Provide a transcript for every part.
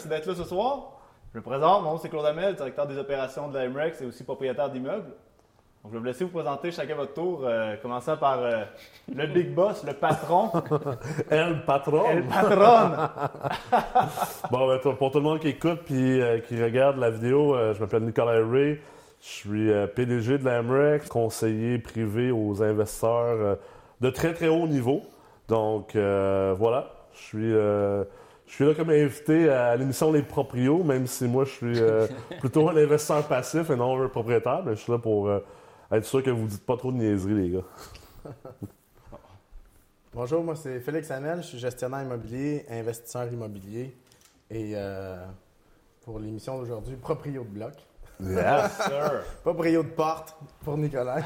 d'être là ce soir. Je me présente, mon nom c'est Claude Hamel, directeur des opérations de la MREX et aussi propriétaire d'immeubles. Donc, je vais vous laisser vous présenter chacun votre tour, commençant par le big boss, le patron. El patron. El patron. Bon, ben, pour tout le monde qui écoute et qui regarde la vidéo, je m'appelle Nicolas Ray. Je suis PDG de la MREX, conseiller privé aux investisseurs de très très haut niveau. Donc, voilà, je suis là comme invité à l'émission Les Proprios, même si moi je suis plutôt un investisseur passif et non un propriétaire, mais je suis là pour être sûr que vous ne dites pas trop de niaiseries, les gars. Bonjour, moi c'est Félix Hamel, je suis gestionnaire immobilier, investisseur immobilier et pour l'émission d'aujourd'hui, proprio de bloc. Yes, Sir. Pas brio de porte pour Nicolas.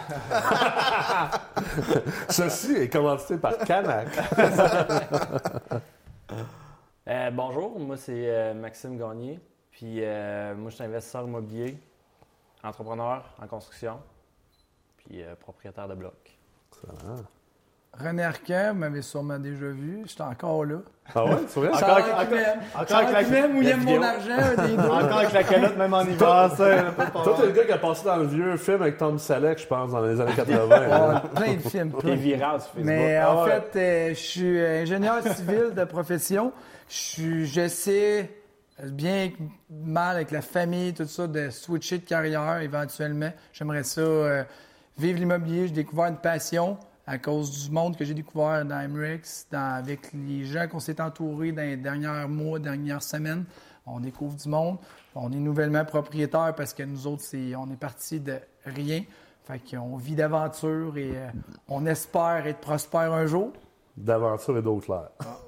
Ceci est commandité par Canac. Bonjour, moi c'est Maxime Gagné. Puis moi je suis investisseur immobilier, entrepreneur en construction, puis propriétaire de bloc. Excellent. René Arcand, vous m'avez sûrement déjà vu. J'étais encore là. Ah ouais, c'est vrai? Encore Charles avec Clem, où il la aime vidéo. mon argent, un des deux. Encore avec la calotte, même en hiver, ça. Toi, t'es le gars qui a passé dans le vieux film avec Tom Selleck, je pense, dans les années 80. Ouais, plein de films. Les plein. virales sur Facebook. Mais Ah en ouais. fait, je suis ingénieur civil de profession. Je sais bien que mal avec la famille, tout ça, de switcher de carrière éventuellement. J'aimerais ça vivre l'immobilier. J'ai découvert une passion à cause du monde que j'ai découvert dans MREX, avec les gens qu'on s'est entourés dans les derniers mois, dernières semaines. On découvre du monde. On est nouvellement propriétaire parce que nous autres, on est partis de rien. Fait qu'on vit d'aventure et on espère être prospère un jour. D'aventure et d'eau claire.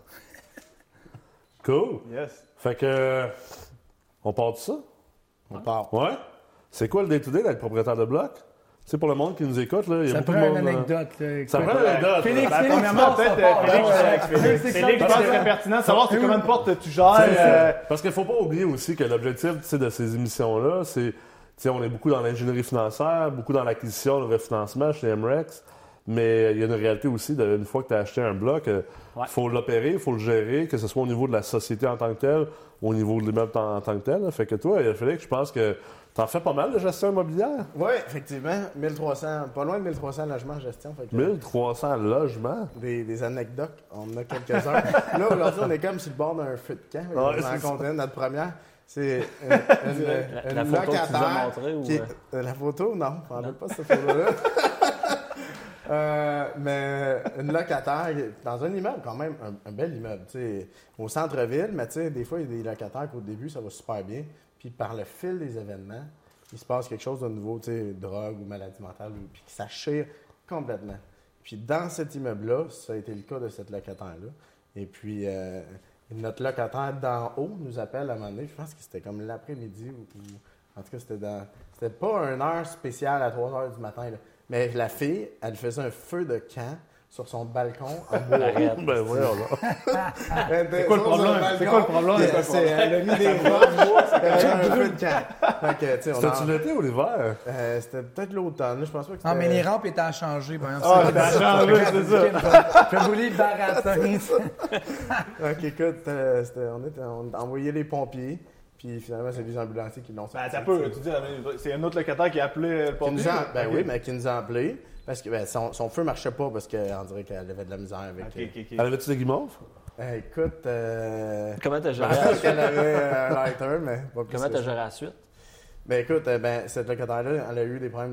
Cool. Yes. Fait que, on part de ça? On part. Ouais? C'est quoi le day-to-day d'être propriétaire de bloc? C'est pour le monde qui nous écoute, là. Il y a Ça beaucoup prend de une monde. anecdote. Là, Ça prend une anecdote. Félix, là. Ben, premièrement, passe peut-être, ça part. Félix, Ouais. Félix, je pense que c'est pertinent de savoir c'est combien de portes tu gères. Parce qu'il ne faut pas oublier aussi que l'objectif de ces émissions-là, c'est, on est beaucoup dans l'ingénierie financière, beaucoup dans l'acquisition, le refinancement chez MREX, mais il y a une réalité aussi, une fois que tu as acheté un bloc, il faut l'opérer, il faut le gérer, que ce soit au niveau de la société en tant que telle, ou au niveau de l'immeuble en tant que tel. Là. Fait que toi, Félix, je pense que tu en fais pas mal de gestion immobilière. Oui, effectivement, 1300, pas loin de 1300 logements en gestion. Fait que, 1300 logements. des anecdotes, on en a quelques-uns. Là, aujourd'hui, on est comme sur le bord d'un feu de camp. Ouais, On c'est en ça. rencontre une, notre première. C'est La une photo que tu nous as locataire. montrée ou... La photo, non, on ne pas cette photo-là. Mais une locataire dans un immeuble, quand même, un bel immeuble, tu sais, au centre-ville, mais tu sais, des fois, il y a des locataires qu'au début, ça va super bien. Puis par le fil des événements, il se passe quelque chose de nouveau, tu sais, drogue ou maladie mentale, puis ça chire complètement. Puis dans cet immeuble-là, ça a été le cas de cette locataire-là. Et puis, notre locataire d'en haut nous appelle à un moment donné, je pense que c'était comme l'après-midi, ou en tout cas, c'était pas une heure spéciale à 3 heures du matin, là. Mais la fille, elle faisait un feu de camp sur son balcon en bois. Ben voyons là. C'est quoi le problème? C'est quoi le problème? Elle a mis des roches, elle avait un feu de camp. Fait que, tu sais, on C'était-tu l'été ou l'hiver? c'était peut-être l'automne, là, je pense pas que c'était... Non, mais les rampes étaient à changer. Par exemple. Ah, t'as changé, c'est ça. Je vais rouler le baratin. Donc, écoute, on a envoyé les pompiers, puis finalement, c'est les ambulanciers qui l'ont sorti. Ben, t'as peu, tu dis, c'est un autre locataire qui a appelé le Qui pompier. nous a, ben Ok. oui, mais qui nous a appelés, parce que son feu marchait pas, parce qu'on dirait qu'elle avait de la misère avec... Ok. Elle avait-tu des guimauves? Écoute... Comment t'as je géré la pense suite? qu'elle avait un lighter, mais pas plus Comment que t'as ça. géré la suite? Ben écoute, cette locataire-là, elle a eu des problèmes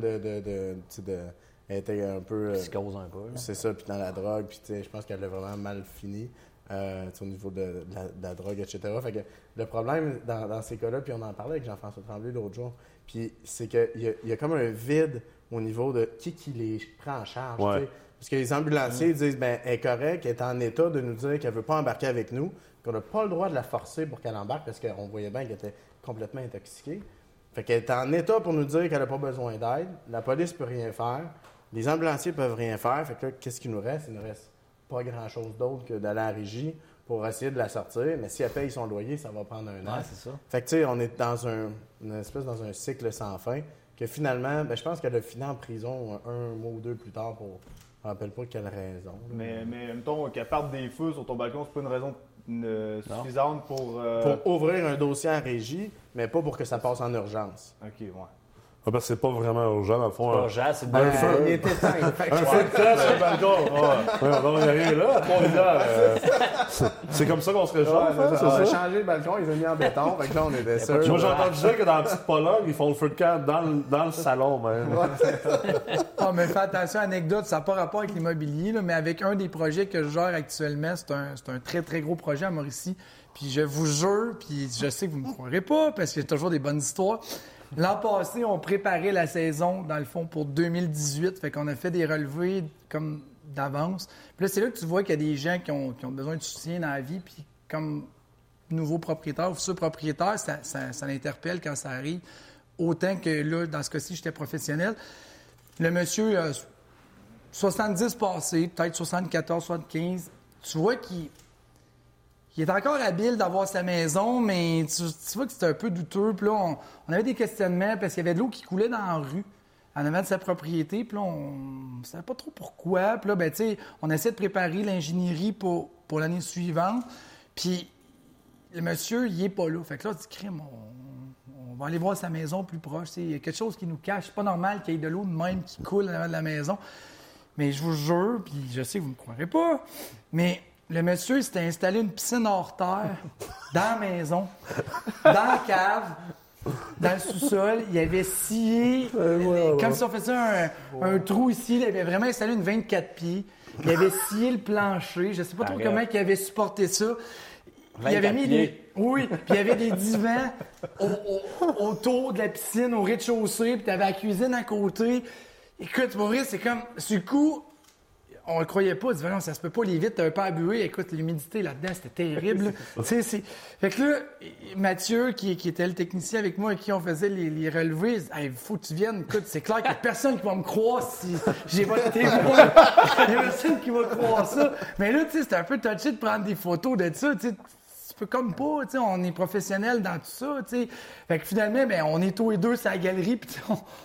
elle était un peu... Psychose un peu. là. c'est ça, puis dans la drogue, puis tu sais, je pense qu'elle a vraiment mal fini au niveau de la drogue, etc. Fait que le problème dans ces cas-là, puis on en parlait avec Jean-François Tremblay l'autre jour, puis c'est qu'il y a comme un vide au niveau de qui les prend en charge, Ouais. tu sais. Parce que les ambulanciers disent, ben elle est correcte, elle est en état de nous dire qu'elle ne veut pas embarquer avec nous, qu'on n'a pas le droit de la forcer pour qu'elle embarque, parce qu'on voyait bien qu'elle était complètement intoxiquée. Fait qu'elle est en état pour nous dire qu'elle n'a pas besoin d'aide, la police peut rien faire, les ambulanciers peuvent rien faire, fait que là, qu'est-ce qu'il nous reste? Il nous reste pas grand-chose d'autre que d'aller à la régie pour essayer de la sortir, mais si elle paye son loyer, ça va prendre un an. Ouais, c'est ça. Fait que tu sais, on est dans une espèce dans un cycle sans fin, que finalement, ben, je pense qu'elle a fini en prison un mois ou deux plus tard pour... Je ne me rappelle pas quelle raison. Mais mettons qu'elle parte des feux sur ton balcon, c'est pas une raison suffisante pour... Pour ouvrir un dossier en régie, mais pas pour que ça passe en urgence. OK, ouais. Parce que c'est pas vraiment urgent, dans le fond. Pas urgent, c'est Il bien. était temps. Un feu de camp sur le balcon. Ouais, on va rien là, à Trois-Rivières. C'est comme ça qu'on se réchauffe, hein, On a c'est ça? changé le balcon, ils ont mis en béton. Fait que là, on était sûr. Moi, j'ai entendu dire que dans la petite Pologne, ils font le feu de camp dans le salon, même. Ah, mais fais attention, anecdote, ça n'a pas rapport avec l'immobilier, là, mais avec un des projets que je gère actuellement, c'est un très, très gros projet à Mauricie. Puis je vous jure, puis je sais que vous ne me croirez pas, parce qu'il y a toujours des bonnes histoires. L'an passé, on préparait la saison, dans le fond, pour 2018. Fait qu'on a fait des relevés comme d'avance. Puis là, c'est là que tu vois qu'il y a des gens qui ont besoin de soutien dans la vie. Puis comme nouveau propriétaire ou futur propriétaire, ça l'interpelle quand ça arrive. Autant que là, dans ce cas-ci, j'étais professionnel. Le monsieur, 70 passés, peut-être 74, 75. Tu vois qu'il est encore habile d'avoir sa maison, mais tu vois que c'était un peu douteux. Puis là, on avait des questionnements parce qu'il y avait de l'eau qui coulait dans la rue en avant de sa propriété. Puis là, on ne savait pas trop pourquoi. Puis là, ben, tu sais, on essaie de préparer l'ingénierie pour l'année suivante. Puis le monsieur, il n'est pas là. Fait que là, on dit, crime, on va aller voir sa maison plus proche. Il y a quelque chose qui nous cache. C'est pas normal qu'il y ait de l'eau de même qui coule en avant de la maison. Mais je vous jure, puis je sais que vous ne me croirez pas, mais le monsieur s'était installé une piscine hors terre dans la maison, dans la cave, dans le sous-sol. Il avait scié, comme si on faisait un trou ici. Il avait vraiment installé une 24 pieds. Il avait scié le plancher. Je ne sais pas trop comment il avait supporté ça. Il avait mis puis il y avait des divans autour de la piscine, au rez-de-chaussée, puis tu avais la cuisine à côté. Écoute, pour vrai, c'est comme, sur le coup, on le croyait pas. On disait, non, ça se peut pas, les vitres, t'as un peu abué. Écoute, l'humidité là-dedans, c'était terrible. Fait que là, Mathieu, qui était le technicien avec moi, avec qui on faisait les relevés, il dit, hey, faut que tu viennes. Écoute, c'est clair qu'il y a personne qui va me croire si j'ai pas été témoin. Il y a personne qui va croire ça. Mais là, tu sais, c'était un peu touché de prendre des photos de ça, tu sais. Tu peux comme pas, tu sais, on est professionnels dans tout ça, tu sais. Fait que finalement, ben, on est tous les deux sur la galerie, puis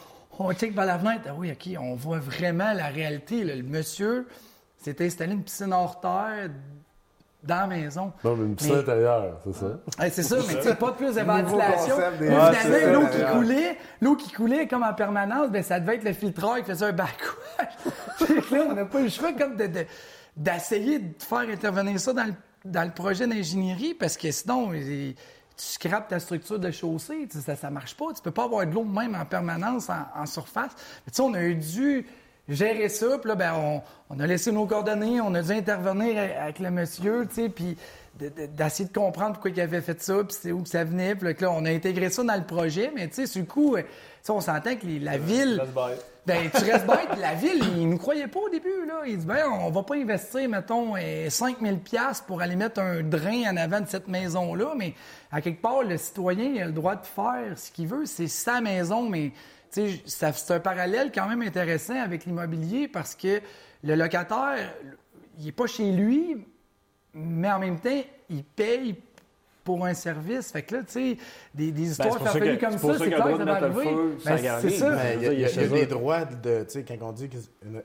on check par la fenêtre. Ah oui, OK, on voit vraiment la réalité. Là. Le monsieur s'est installé une piscine hors terre dans la maison. Non, mais une piscine intérieure, c'est ça? Ouais, c'est ça, mais tu sais, pas de plus de ventilation. Finalement, l'eau qui coulait comme en permanence, ben, ça devait être le filtreur qui faisait un backwatch. Fait que là, on n'a pas eu le choix comme d'essayer de faire intervenir ça dans le projet d'ingénierie, parce que sinon, tu scrapes ta structure de chaussée, ça marche pas. Tu peux pas avoir de l'eau même en permanence en surface. Mais tu sais, on a dû gérer ça, puis là, ben, on a laissé nos coordonnées, on a dû intervenir avec le monsieur, tu sais, puis d'essayer de comprendre pourquoi il avait fait ça, puis c'est où que ça venait. Puis là, on a intégré ça dans le projet, mais tu sais, sur le coup, on s'entend que la ville... Ben, tu restes bête. La ville, ils nous croyaient pas au début, là. Ils disent, ben, on va pas investir, mettons, 5 000 $ pour aller mettre un drain en avant de cette maison-là, mais à quelque part, le citoyen, il a le droit de faire ce qu'il veut. C'est sa maison, mais, tu sais, c'est un parallèle quand même intéressant avec l'immobilier parce que le locataire, il est pas chez lui, mais en même temps, il paye pour un service. Fait que là, tu sais, des histoires farfelues comme ça, c'est clair que ça va arriver. C'est ça. Il y a des droits de, tu sais, quand on dit que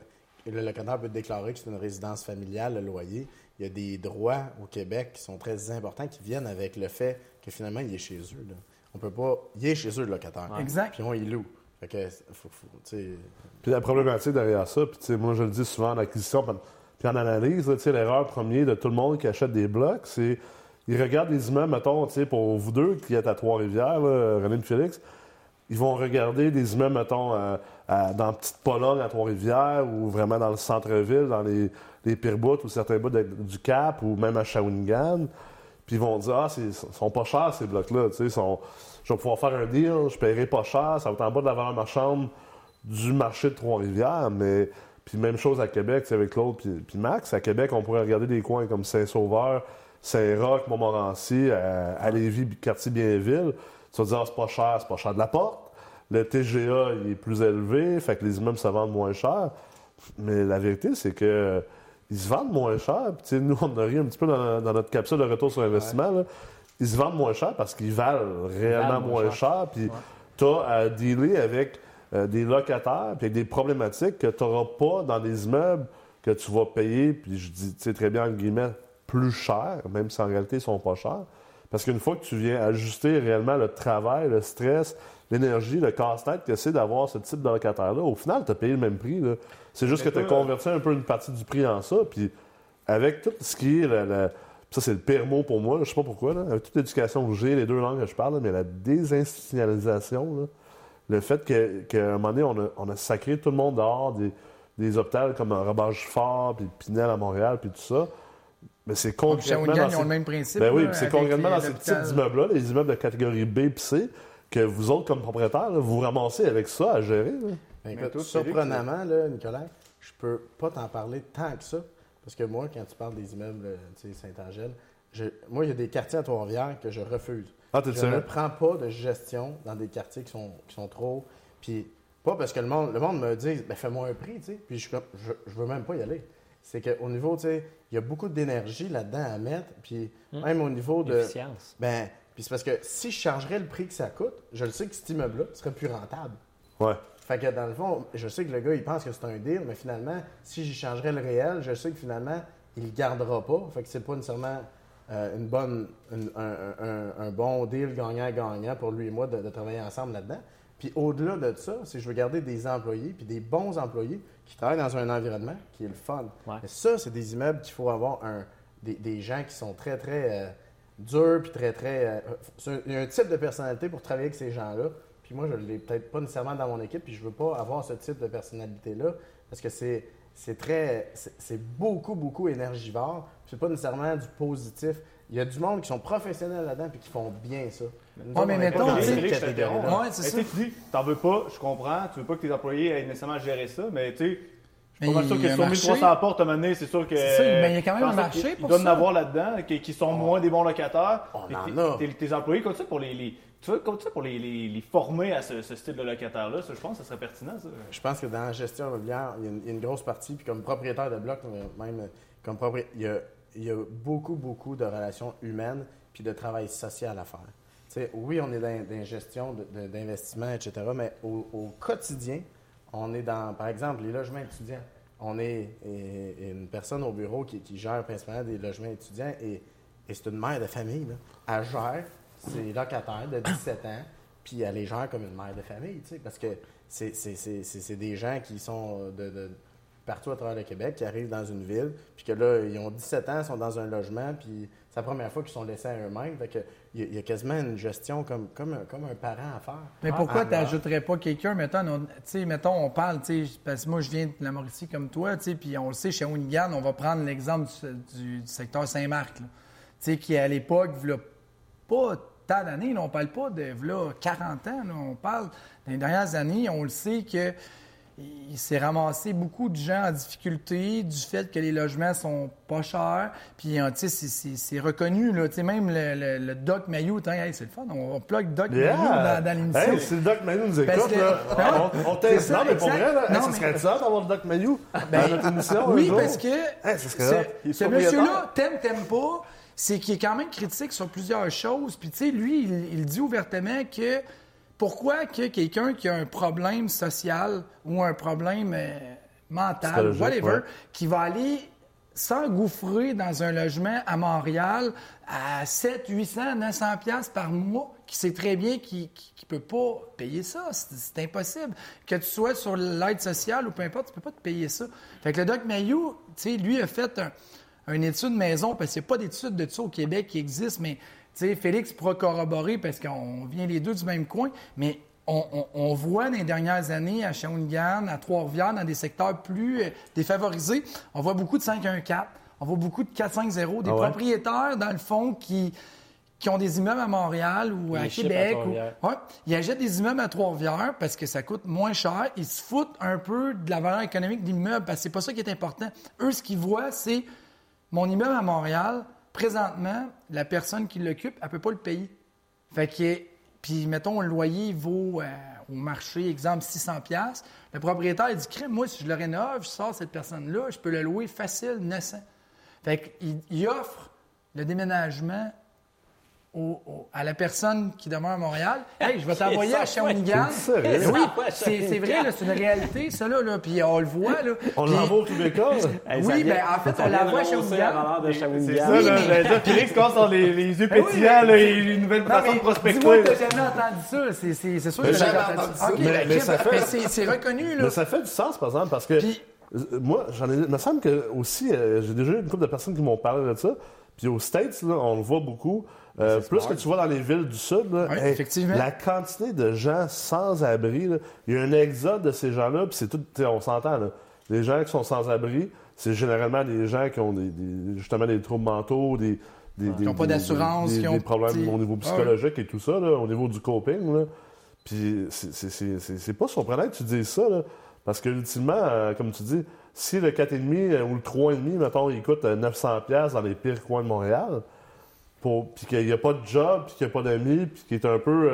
le locataire peut déclarer que c'est une résidence familiale, le loyer, il y a des droits au Québec qui sont très importants qui viennent avec le fait que finalement, il est chez eux. Là. On peut pas... Il est chez eux, le locataire. Exact. Puis on y loue. Fait que, tu sais... Puis la problématique derrière ça, puis tu sais, moi je le dis souvent en acquisition, puis en analyse, tu sais, l'erreur première de tout le monde qui achète des blocs, c'est ils regardent les immeubles, mettons, tu sais, pour vous deux qui êtes à Trois-Rivières, René et Félix, ils vont regarder des immeubles, mettons, dans Petite Pologne à Trois-Rivières ou vraiment dans le centre-ville, dans les pires bouts ou certains bouts du Cap ou même à Shawinigan. Puis ils vont dire, ah, ils sont pas chers ces blocs-là, tu sais, je vais pouvoir faire un deal, je paierai pas cher, ça va être en bas de la valeur marchande du marché de Trois-Rivières, mais... Puis même chose à Québec, tu sais, avec Claude puis Max. À Québec, on pourrait regarder des coins comme Saint-Sauveur, Saint-Roch, Montmorency, à Lévis, quartier Bienville. Tu vas te dire, ah, c'est pas cher de la porte. Le TGA, il est plus élevé, fait que les immeubles se vendent moins cher. Mais la vérité, c'est que ils se vendent moins cher. Puis, tu sais, nous, on a ri un petit peu dans notre capsule de retour sur investissement. Là. Ils se vendent moins cher parce qu'ils valent réellement moins cher. Puis, tu as à dealer avec des locataires puis avec des problématiques que tu n'auras pas dans des immeubles que tu vas payer, puis je dis, tu sais, très bien, en guillemets, plus chers, même si en réalité ils sont pas chers. Parce qu'une fois que tu viens ajuster réellement le travail, le stress, l'énergie, le casse-tête que c'est d'avoir ce type de locataire-là, au final, tu as payé le même prix. Là. C'est juste que tu as converti un peu une partie du prix en ça. Puis avec tout ce qui est ça, c'est le pire mot pour moi, là, je sais pas pourquoi, là, avec toute l'éducation que j'ai, les 2 langues que je parle, là, mais la désinstitutionnalisation, là, le fait qu'à un moment donné, on a sacré tout le monde dehors des hôpitaux comme Robert-Giffard, puis Pinel à Montréal, puis tout ça, mais c'est concrètement... Shawinigan, ils ont le même principe. Ben oui, là, puis c'est concrètement dans ces l'hôpital. petits immeubles-là, les immeubles de catégorie B et C, que vous autres, comme propriétaires, là, vous ramassez avec ça à gérer. Là. Ben, Mais écoute, toi, surprenamment, là, Nicolas, je peux pas t'en parler tant que ça. Parce que moi, quand tu parles des immeubles Saint-Angèle, moi, il y a des quartiers à Trois-Rivières que je refuse. Ah, t'es Je ne sérieux? prends pas de gestion dans des quartiers qui sont trop... Puis, pas parce que le monde me dit « fais-moi un prix », tu sais. Puis je veux même pas y aller. C'est qu'au niveau, tu sais, il y a beaucoup d'énergie là-dedans à mettre. Puis même au niveau de... Efficience. Puis c'est parce que si je chargerais le prix que ça coûte, je le sais que cet immeuble-là serait plus rentable. Ouais. Fait que dans le fond, je sais que le gars, il pense que c'est un deal, mais finalement, si j'y changerais le réel, je sais que finalement, il ne le gardera pas. Fait que c'est pas nécessairement un bon deal gagnant-gagnant pour lui et moi de travailler ensemble là-dedans. Puis au-delà de ça, c'est que je veux garder des employés, puis des bons employés qui travaillent dans un environnement qui est le fun. Ouais. Et ça, c'est des immeubles qu'il faut avoir des gens qui sont très, très durs, puis très, très... il y a un type de personnalité pour travailler avec ces gens-là. Puis moi, je ne l'ai peut-être pas nécessairement dans mon équipe, puis je ne veux pas avoir ce type de personnalité-là, parce que c'est beaucoup, beaucoup énergivore. C'est pas nécessairement du positif. Il y a du monde qui sont professionnels là-dedans puis qui font bien ça. Ouais, mais mettons, tu sais, je t'interromps. Ouais, c'est ça. Tu dis, t'en veux pas, je comprends, tu veux pas que tes employés aient nécessairement géré ça, mais tu sais, je Mais suis pas mal sûr il y a que un sur marché. 1300 portes à mener, c'est sûr que. C'est ça, mais il y a quand même je un pense marché qu'il pour doit ça. en avoir là-dedans, qui sont moins des bons locataires. On Et en a. Tes employés, comme ça, pour les former à ce style de locataire-là, ça, je pense que ça serait pertinent, ça. Je pense que dans la gestion immobilière, il y a une grosse partie, puis comme propriétaire de bloc, même comme propriétaire, il y a beaucoup, beaucoup de relations humaines puis de travail social à faire. T'sais, oui, on est dans gestion d'investissement, etc., mais au quotidien, on est dans, par exemple, les logements étudiants. On est une personne au bureau qui gère principalement des logements étudiants et c'est une mère de famille. Là. Elle gère ses locataires de 17 ans, puis elle les gère comme une mère de famille, parce que c'est des gens qui sont de partout à travers le Québec, qui arrivent dans une ville, puis que là, ils ont 17 ans, ils sont dans un logement, puis c'est la première fois qu'ils sont laissés à eux-mêmes. Fait que il y a quasiment une gestion comme un parent à faire. Mais pourquoi Ah, tu n'ajouterais pas quelqu'un, mettons, on parle, parce que moi, je viens de la Mauricie comme toi, puis on le sait, chez Shawinigan, on va prendre l'exemple du secteur Saint-Marc, là, qui à l'époque, il pas tant d'années, là, on parle pas de 40 ans, là, on parle dans les dernières années, on le sait que il s'est ramassé beaucoup de gens en difficulté du fait que les logements sont pas chers. Puis, c'est reconnu. Là, même le Doc Mayou, hey, c'est le fun, on plug Doc Mayou dans l'émission. Hey, si le Doc Mayou nous écoute, Parce que- là, on t'aide. C'est ça, Non, mais pour exact. vrai, là, Non, ça mais- serait ça d'avoir le Doc Mayou dans notre émission un Oui, jour? parce que Hey, ça serait hot. ce monsieur-là, t'aimes pas, c'est qu'il est quand même critique sur plusieurs choses. Puis, tu sais, lui, il dit ouvertement que pourquoi que quelqu'un qui a un problème social ou un problème mental, Psychologique, whatever, ouais. qui va aller s'engouffrer dans un logement à Montréal à 700, 800, 900 pièces par mois, qui sait très bien qu'il ne peut pas payer ça. C'est impossible. Que tu sois sur l'aide sociale ou peu importe, tu ne peux pas te payer ça. Fait que le Doc Mayou, tu sais, lui a fait une étude maison, parce qu'il n'y a pas d'études de ça au Québec qui existent, mais tu sais, Félix pourra corroborer parce qu'on vient les deux du même coin, mais on voit dans les dernières années à Shawinigan, à Trois-Rivières, dans des secteurs plus défavorisés, on voit beaucoup de 514, on voit beaucoup de 450, des propriétaires, dans le fond, qui ont des immeubles à Montréal ou à Ils ship Québec. à Trois-Rivières. Ils achètent des immeubles à Trois-Rivières parce que ça coûte moins cher. Ils se foutent un peu de la valeur économique de l'immeuble parce que c'est pas ça qui est important. Eux, ce qu'ils voient, c'est mon immeuble à Montréal. Présentement, la personne qui l'occupe, elle ne peut pas le payer. Fait que, puis, mettons, le loyer vaut au marché, exemple, 600$. Le propriétaire, il dit, crème, moi, si je le rénove, je sors cette personne-là, je peux le louer facile, 900. Fait qu'il offre le déménagement à la personne qui demeure à Montréal, hey, je vais t'envoyer à Shawinigan. Sérieux? Oui, c'est vrai, là, c'est une réalité, ça, là, puis on le voit. Là. On Puis- l'envoie au Québécois? Oui, ben en fait, on l'envoie à Shawinigan. de C'est Shawinigan. ça, Oui, là. mais- J'allais dire, Félix commence dans les yeux Ben oui, pétillants, mais- là, et une nouvelle Non, façon mais de prospecter. dis-moi que là. t'as jamais entendu ça. C'est sûr que Mais t'as jamais jamais entendu ça. OK, Mais ben, ça fait- mais c'est reconnu, là. Mais ça fait du sens, par exemple, parce que Puis- moi, il me semble que aussi, j'ai déjà eu une couple de personnes qui m'ont parlé de ça. Puis aux States, là, on le voit beaucoup. Plus que tu vois dans les villes du Sud, là, Oui, effectivement. la quantité de gens sans abri, là, il y a un exode de ces gens-là, puis c'est tout, tu sais, on s'entend, là. Les gens qui sont sans abri, c'est généralement des gens qui ont justement des troubles mentaux, qui n'ont pas d'assurance, qui ont des problèmes petit- au niveau psychologique et tout ça, là, au niveau du coping. Là. Puis c'est pas surprenant que tu dises ça, là, parce que ultimement, comme tu dis, si le 4,5 ou le 3,5, mettons, il coûte 900$ dans les pires coins de Montréal, puis qu'il n'y a pas de job, puis qu'il n'y a pas d'amis, puis qu'il est un peu,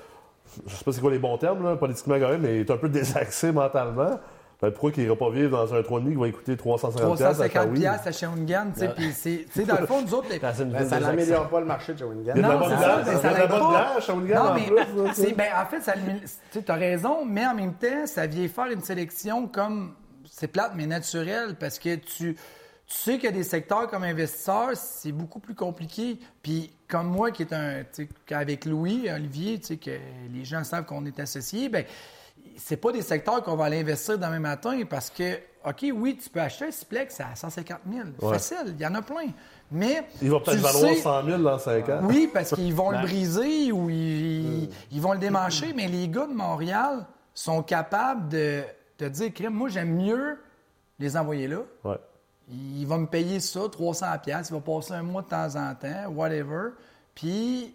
je sais pas c'est quoi les bons termes, là, politiquement correct, mais il est un peu désaxé mentalement, ben pourquoi qu'il n'ira pas vivre dans un 3,5 qui va coûter 350$ à Shawi? 350$ à Shawinigan, tu sais, puis c'est dans le fond, nous autres, les- Dans une Ben, ville ça de n'améliore pas le marché de Shawinigan. Il y a de la Non, bonne c'est bière, ça, mais il y a ça de la l'aide bonne pas. bière à Shawinigan Non, en mais plus. là, tu sais. en fait, tu as raison, mais en même temps, ça vient faire une sélection comme, c'est plate, mais naturelle, parce que tu sais qu'il y a des secteurs comme investisseurs, c'est beaucoup plus compliqué. Puis comme moi, qui est tu sais, avec Louis, Olivier, tu sais, que les gens savent qu'on est associés, ben c'est pas des secteurs qu'on va aller investir demain matin parce que, OK, oui, tu peux acheter un Ciplex à 150 000. Ouais. Facile, il y en a plein. Mais Il va peut-être tu valoir sais- 100 000 dans 5 ans. oui, parce qu'ils vont le briser ou ils vont le démancher, mais les gars de Montréal sont capables de dire, crème, moi, j'aime mieux les envoyer là. Ouais. Il va me payer ça, 300$, il va passer un mois de temps en temps, whatever. Puis,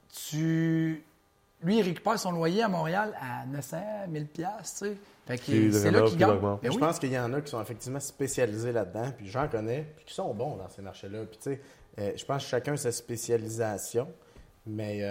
lui, il récupère son loyer à Montréal à 900, 1000$, tu sais. Fait que Puis, c'est là il qu'il gagne. augmente. Ben Je oui. pense qu'il y en a qui sont effectivement spécialisés là-dedans, puis j'en connais, puis qui sont bons dans ces marchés-là. Puis tu sais, je pense que chacun sa spécialisation, mais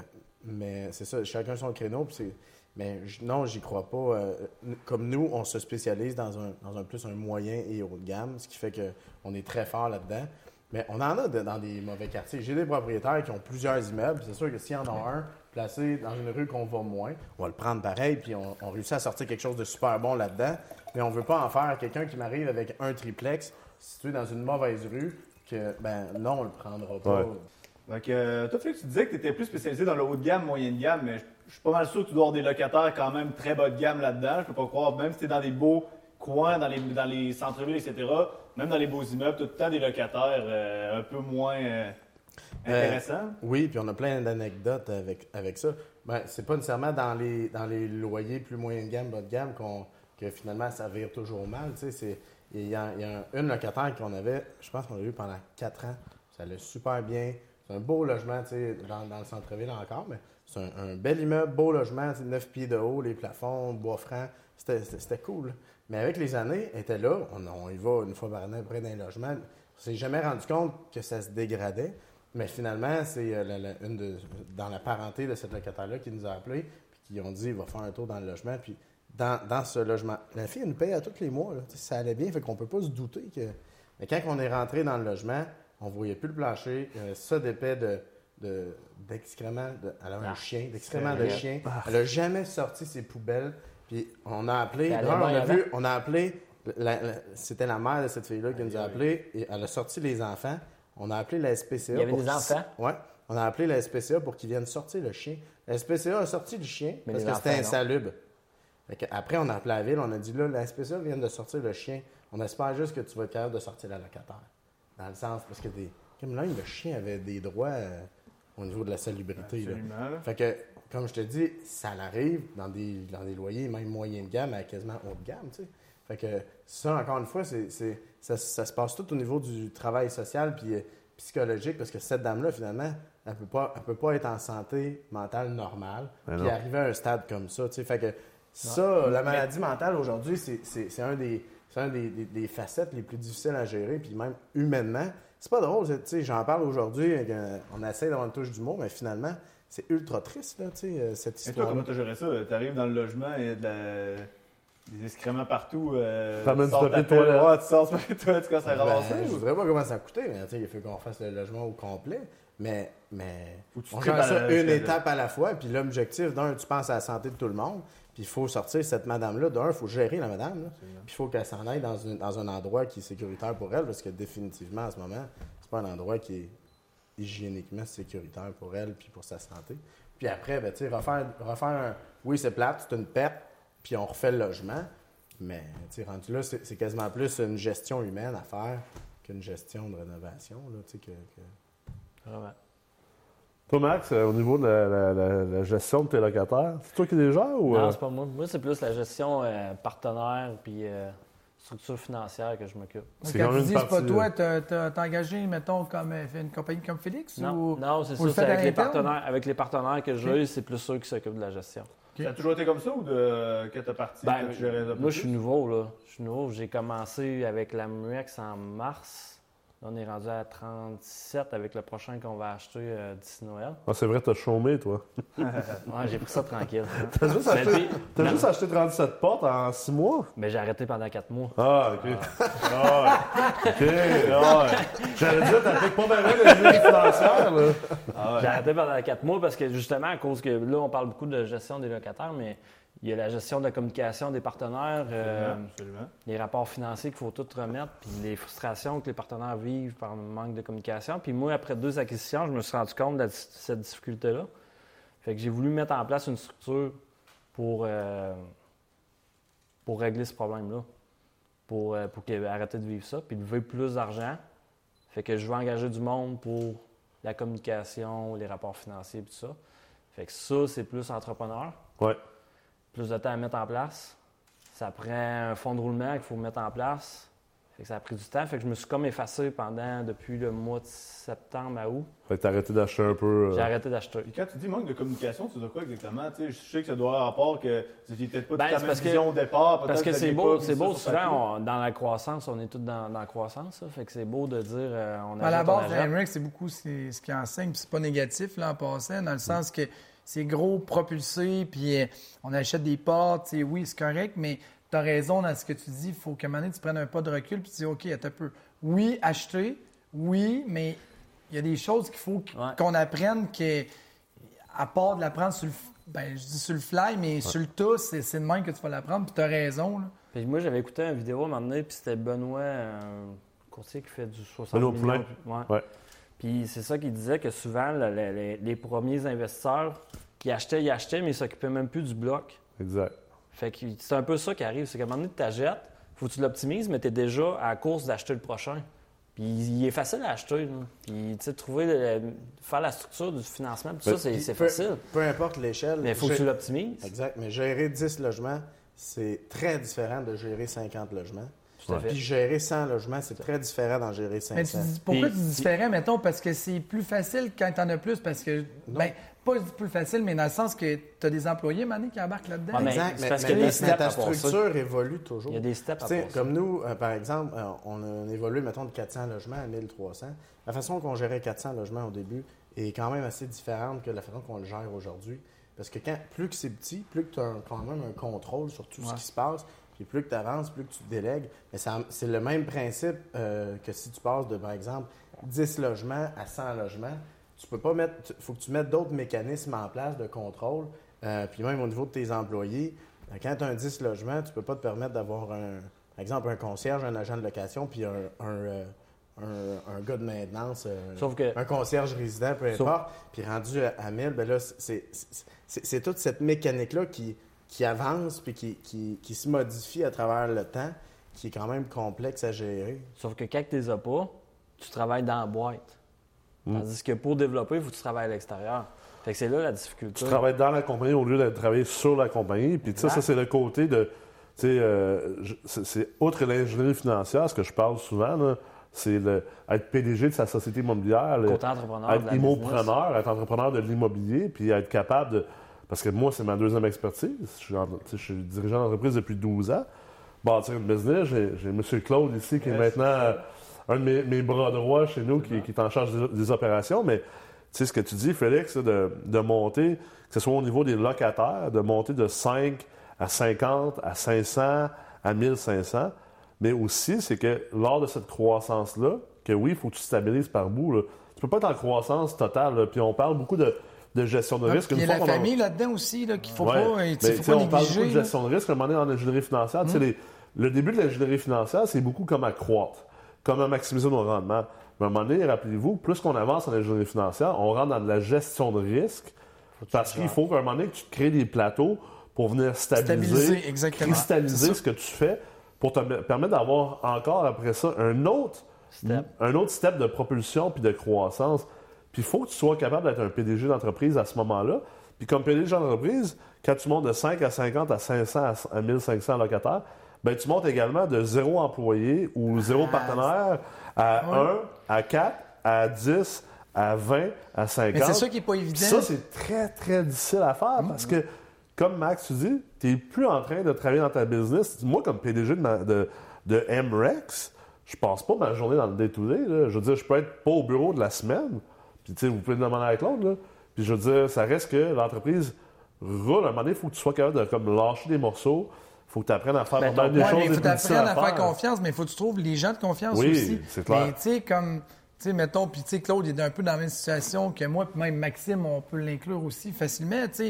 c'est ça, chacun son créneau. Puis mais non, j'y crois pas. Comme nous, on se spécialise dans un plus un moyen et haut de gamme, ce qui fait qu'on est très fort là-dedans. Mais on en a dans des mauvais quartiers. J'ai des propriétaires qui ont plusieurs immeubles. C'est sûr que s'il y en a un placé dans une rue qu'on va moins, on va le prendre pareil, puis on réussit à sortir quelque chose de super bon là-dedans. Mais on veut pas en faire quelqu'un qui m'arrive avec un triplex situé dans une mauvaise rue, que, ben non, on le prendra pas. Ouais. Donc, toi, Félix, tu disais que tu étais plus spécialisé dans le haut de gamme, moyen de gamme, mais je suis pas mal sûr que tu dois avoir des locataires quand même très bas de gamme là-dedans. Je peux pas croire, même si tu es dans des beaux coins, dans les centres-villes, etc., même dans les beaux immeubles, tu as tout le temps des locataires un peu moins intéressants. Oui, puis on a plein d'anecdotes avec ça. Ben, c'est pas nécessairement dans les loyers plus moyen de gamme, bas de gamme que finalement ça vire toujours mal. Tu sais, il y a une locataire qu'on avait, je pense qu'on l'a eu pendant 4 ans. Ça allait super bien. C'est un beau logement, tu sais, dans le centre-ville encore, mais c'est un bel immeuble, beau logement, 9 pieds de haut, les plafonds, bois franc. C'était cool. Mais avec les années, elle était là, on y va une fois par année près d'un logement. On s'est jamais rendu compte que ça se dégradait. Mais finalement, c'est dans la parenté de cette locataire-là qui nous a appelés puis qui ont dit, il va faire un tour dans le logement. Puis dans ce logement, la fille, elle nous paye à tous les mois. Là. Ça allait bien, fait qu'on peut pas se douter que... Mais quand on est rentré dans le logement, on voyait plus le plancher. Il y avait ça d'épais d'excréments. Elle avait un chien, d'excréments de chien. Elle n'a jamais sorti ses poubelles. Puis on a appelé, Elle allait bien on a appelé, c'était la mère de cette fille-là qui nous a appelé, et elle a sorti les enfants. On a appelé la SPCA. Il y avait des enfants? Oui. On a appelé la SPCA pour qu'ils viennent sortir le chien. La SPCA a sorti le chien Mais parce les que c'était enfants, insalubre. Après, on a appelé la ville, on a dit là, la SPCA vient de sortir le chien. On espère juste que tu vas être capable de sortir la locataire. Dans le sens, parce que comme là, le chien avait des droits au niveau de la salubrité. Là. Absolument. Fait que, comme je te dis, ça l'arrive dans des loyers, même moyen de gamme, à quasiment haut de gamme, tu sais. Fait que ça, encore une fois, ça se passe tout au niveau du travail social puis psychologique, parce que cette dame-là, finalement, elle peut pas être en santé mentale normale puis arriver à un stade comme ça, tu sais. Fait que ça, la maladie mentale, aujourd'hui, c'est un des facettes les plus difficiles à gérer, puis même humainement. C'est pas drôle, tu sais, j'en parle aujourd'hui, on essaie d'avoir une touche d'humour, mais finalement, c'est ultra triste, là, tu sais, cette Et toi, histoire. comment tu géré ça? Tu arrives dans le logement et des excréments partout. T'emmènes tu sors du papier ta de toilette. toilette, tu sors du papier de toilette, tu commences à ramasser. Je voudrais pas comment ça a coûté, mais tu sais, il faut qu'on fasse le logement au complet. Mais Faut que tu on tripes gère à ça la- une étape à la fois. Puis l'objectif, tu penses à la santé de tout le monde. Puis il faut sortir cette madame-là. Il faut gérer la madame. Là. Puis il faut qu'elle s'en aille dans un endroit qui est sécuritaire pour elle. Parce que définitivement, à ce moment, c'est pas un endroit qui est hygiéniquement sécuritaire pour elle puis pour sa santé. Puis après, ben, tu sais, refaire un... Oui, c'est plate, c'est une perte, puis on refait le logement. Mais, tu sais, rendu là, c'est quasiment plus une gestion humaine à faire qu'une gestion de rénovation, là, tu sais, Vraiment. Toi, Max, au niveau de la gestion de tes locataires, c'est toi qui les gères ou... Non, c'est pas moi. Moi, c'est plus la gestion partenaire puis structure financière que je m'occupe. C'est Quand quand tu même dis, une c'est pas partie, toi, t'as engagé, mettons, comme une compagnie comme Félix? Non, Ou... non, c'est vous le ça. C'est faites à avec les l'interne? partenaires. Avec les partenaires que j'ai, c'est plus eux qui s'occupent de la gestion. Ça a toujours été comme ça ou que t'as parti? Ben, que tu gérais ça moi, je suis plus? nouveau, là. Je suis nouveau. J'ai commencé avec la MUEX en mars. Là, on est rendu à 37 avec le prochain qu'on va acheter d'ici Noël. Ah, c'est vrai, t'as chômé, toi. Ouais, j'ai pris ça tranquille. T'as juste, Mais acheté, puis- t'as non, juste acheté 37 portes en 6 mois? mais j'ai arrêté pendant 4 mois. Ah, OK. Ah, OK. Ah, j'allais dire, t'appliques pas bien les lignes financières, là. J'ai arrêté pendant 4 mois parce que justement, à cause que là, on parle beaucoup de gestion des locataires, mais il y a la gestion de la communication des partenaires, Absolument. les rapports financiers qu'il faut tout remettre, puis les frustrations que les partenaires vivent par manque de communication. Puis moi, après 2 acquisitions, je me suis rendu compte de cette difficulté-là. Fait que j'ai voulu mettre en place une structure pour régler ce problème-là, pour arrêter de vivre ça, puis lever plus d'argent. Fait que je veux engager du monde pour la communication, les rapports financiers, puis tout ça. Fait que ça, c'est plus entrepreneur. Ouais. Plus de temps à mettre en place. Ça prend un fonds de roulement qu'il faut mettre en place. Fait que ça a pris du temps. Fait que je me suis comme effacé depuis le mois de septembre à août. Fait que t'as arrêté d'acheter un peu... J'ai arrêté d'acheter. Puis quand tu dis manque de communication, tu veux dire quoi exactement? Tu sais, je sais que ça doit avoir rapport que vous n'étiez peut-être pas Ben, tout à c'est même parce que- vision au départ. Parce peut-être que vous c'est aviez beau, pas c'est mis ça beau sur papier. souvent, dans la croissance, on est tous dans la croissance. Ça. Fait que c'est beau de dire on À la achète, on base, achète. Emmerich, c'est beaucoup ce qui enseigne, puis c'est pas négatif là, en passant, dans le sens que c'est gros, propulsé, puis on achète des portes, tu sais, oui, c'est correct, mais tu as raison dans ce que tu dis, il faut qu'à un moment donné, tu prennes un pas de recul, puis tu dis, OK, attends un peu. Oui, acheter, oui, mais il y a des choses qu'il faut qu'on apprenne, à part de l'apprendre sur le, je dis sur le fly, mais sur le tas, c'est de même que tu vas l'apprendre, puis tu as raison. Là. Puis moi, j'avais écouté une vidéo à un moment donné, puis c'était Benoît, un courtier qui fait du 60 Benoît millions. Poulain. Ouais. Ouais. Puis c'est ça qu'il disait, que souvent, les premiers investisseurs qui achetaient, mais ils ne s'occupaient même plus du bloc. Exact. Fait que c'est un peu ça qui arrive, c'est qu'à un moment donné, tu t'achètes, faut que tu l'optimises, mais tu es déjà à la course d'acheter le prochain. Puis il est facile à acheter. Là. Puis tu sais, faire la structure du financement, tout ça, c'est facile. peu importe l'échelle. Mais il faut que tu l'optimises. Exact. Mais gérer 10 logements, c'est très différent de gérer 50 logements. Tout à fait. Puis gérer 100 logements, c'est très différent d'en gérer Mais 500. pourquoi Puis- tu dis différent, mettons, parce que c'est plus facile quand tu en as plus, parce que, pas plus facile, mais dans le sens que tu as des employés, Mané, qui embarquent là-dedans. Ah, mais Exact, c'est mais, parce mais- qu'il y a des mais steps ta à passer. structure évolue toujours. Il y a des steps à Tu sais, passer. comme nous, par exemple, on a évolué, mettons, de 400 logements à 1300. La façon qu'on gérait 400 logements au début est quand même assez différente que la façon qu'on le gère aujourd'hui. Parce que plus que c'est petit, plus que tu as quand même un contrôle sur tout ce qui se passe, puis plus que tu avances, plus que tu te délègues. Mais c'est le même principe que si tu passes de, par exemple, 10 logements à 100 logements. Tu peux pas mettre. Il faut que tu mettes d'autres mécanismes en place de contrôle. Puis même au niveau de tes employés, quand tu as un 10 logements, tu peux pas te permettre d'avoir, par exemple, un concierge, un agent de location, puis un gars de maintenance, Sauf que- un concierge résident, peu importe. Puis rendu à 1000, ben là, c'est toute cette mécanique-là qui avance puis qui se modifie à travers le temps, qui est quand même complexe à gérer. Sauf que quand tu les as pas, tu travailles dans la boîte. Tandis que pour développer, il faut que tu travailles à l'extérieur. Fait que c'est là la difficulté. Tu travailles dans la compagnie au lieu de travailler sur la compagnie. Puis ça, c'est le côté de... Tu sais, c'est outre l'ingénierie financière, ce que je parle souvent, là, c'est être PDG de sa société immobilière, Côté entrepreneur de être la immopreneur, être entrepreneur de l'immobilier, puis être capable de... Parce que moi, c'est ma deuxième expertise. Je suis dirigeant d'entreprise depuis 12 ans. Bâtir une business, j'ai M. Claude ici, qui est maintenant un de mes bras droits chez nous, qui est en charge des opérations. Mais tu sais, ce que tu dis, Félix, de monter, que ce soit au niveau des locataires, de monter de 5 à 50, à 500, à 1500. Mais aussi, c'est que lors de cette croissance-là, que oui, il faut que tu stabilises par bout, là. tu peux pas être en croissance totale. Là. Puis on parle beaucoup de gestion de risque. Il y a la famille là-dedans aussi, là, qu'il ne faut pas négliger. On parle beaucoup de gestion de risque. À un moment donné, en ingénierie financière, le début de l'ingénierie financière, c'est beaucoup comment croître, comment maximiser nos rendements. Mais à un moment donné, rappelez-vous, plus qu'on avance en ingénierie financière, on rentre dans de la gestion de risque parce qu'il faut qu'à un moment donné, que tu crées des plateaux pour venir stabiliser cristalliser ce que tu fais pour te permettre d'avoir encore après ça un autre step de propulsion puis de croissance. Puis il faut que tu sois capable d'être un PDG d'entreprise à ce moment-là. Puis comme PDG d'entreprise, quand tu montes de 5 à 50 à 500 à 1500 locataires, ben tu montes également de 0 employé ou 0 partenaire à 1, à 4, à 10, à 20, à 50. Mais c'est ça qui n'est pas évident. Ça, c'est très, très difficile à faire parce que, comme Max, tu dis, tu n'es plus en train de travailler dans ta business. Moi, comme PDG de MREX, je passe pas ma journée dans le day-to-day. Là. Je veux dire, je peux être pas au bureau de la semaine. Puis, tu sais, vous pouvez le demander avec l'autre. Là. Puis, je veux dire, ça reste que l'entreprise roule. À un moment donné, il faut que tu sois capable de comme, lâcher des morceaux. Il faut que tu apprennes à faire des choses. Il faut t'apprendre à faire confiance, mais il faut que tu trouves les gens de confiance aussi. Oui, c'est clair. Mais, tu sais, comme... Tu sais, mettons, puis tu sais, Claude il est un peu dans la même situation que moi, puis même Maxime, on peut l'inclure aussi facilement. Tu sais,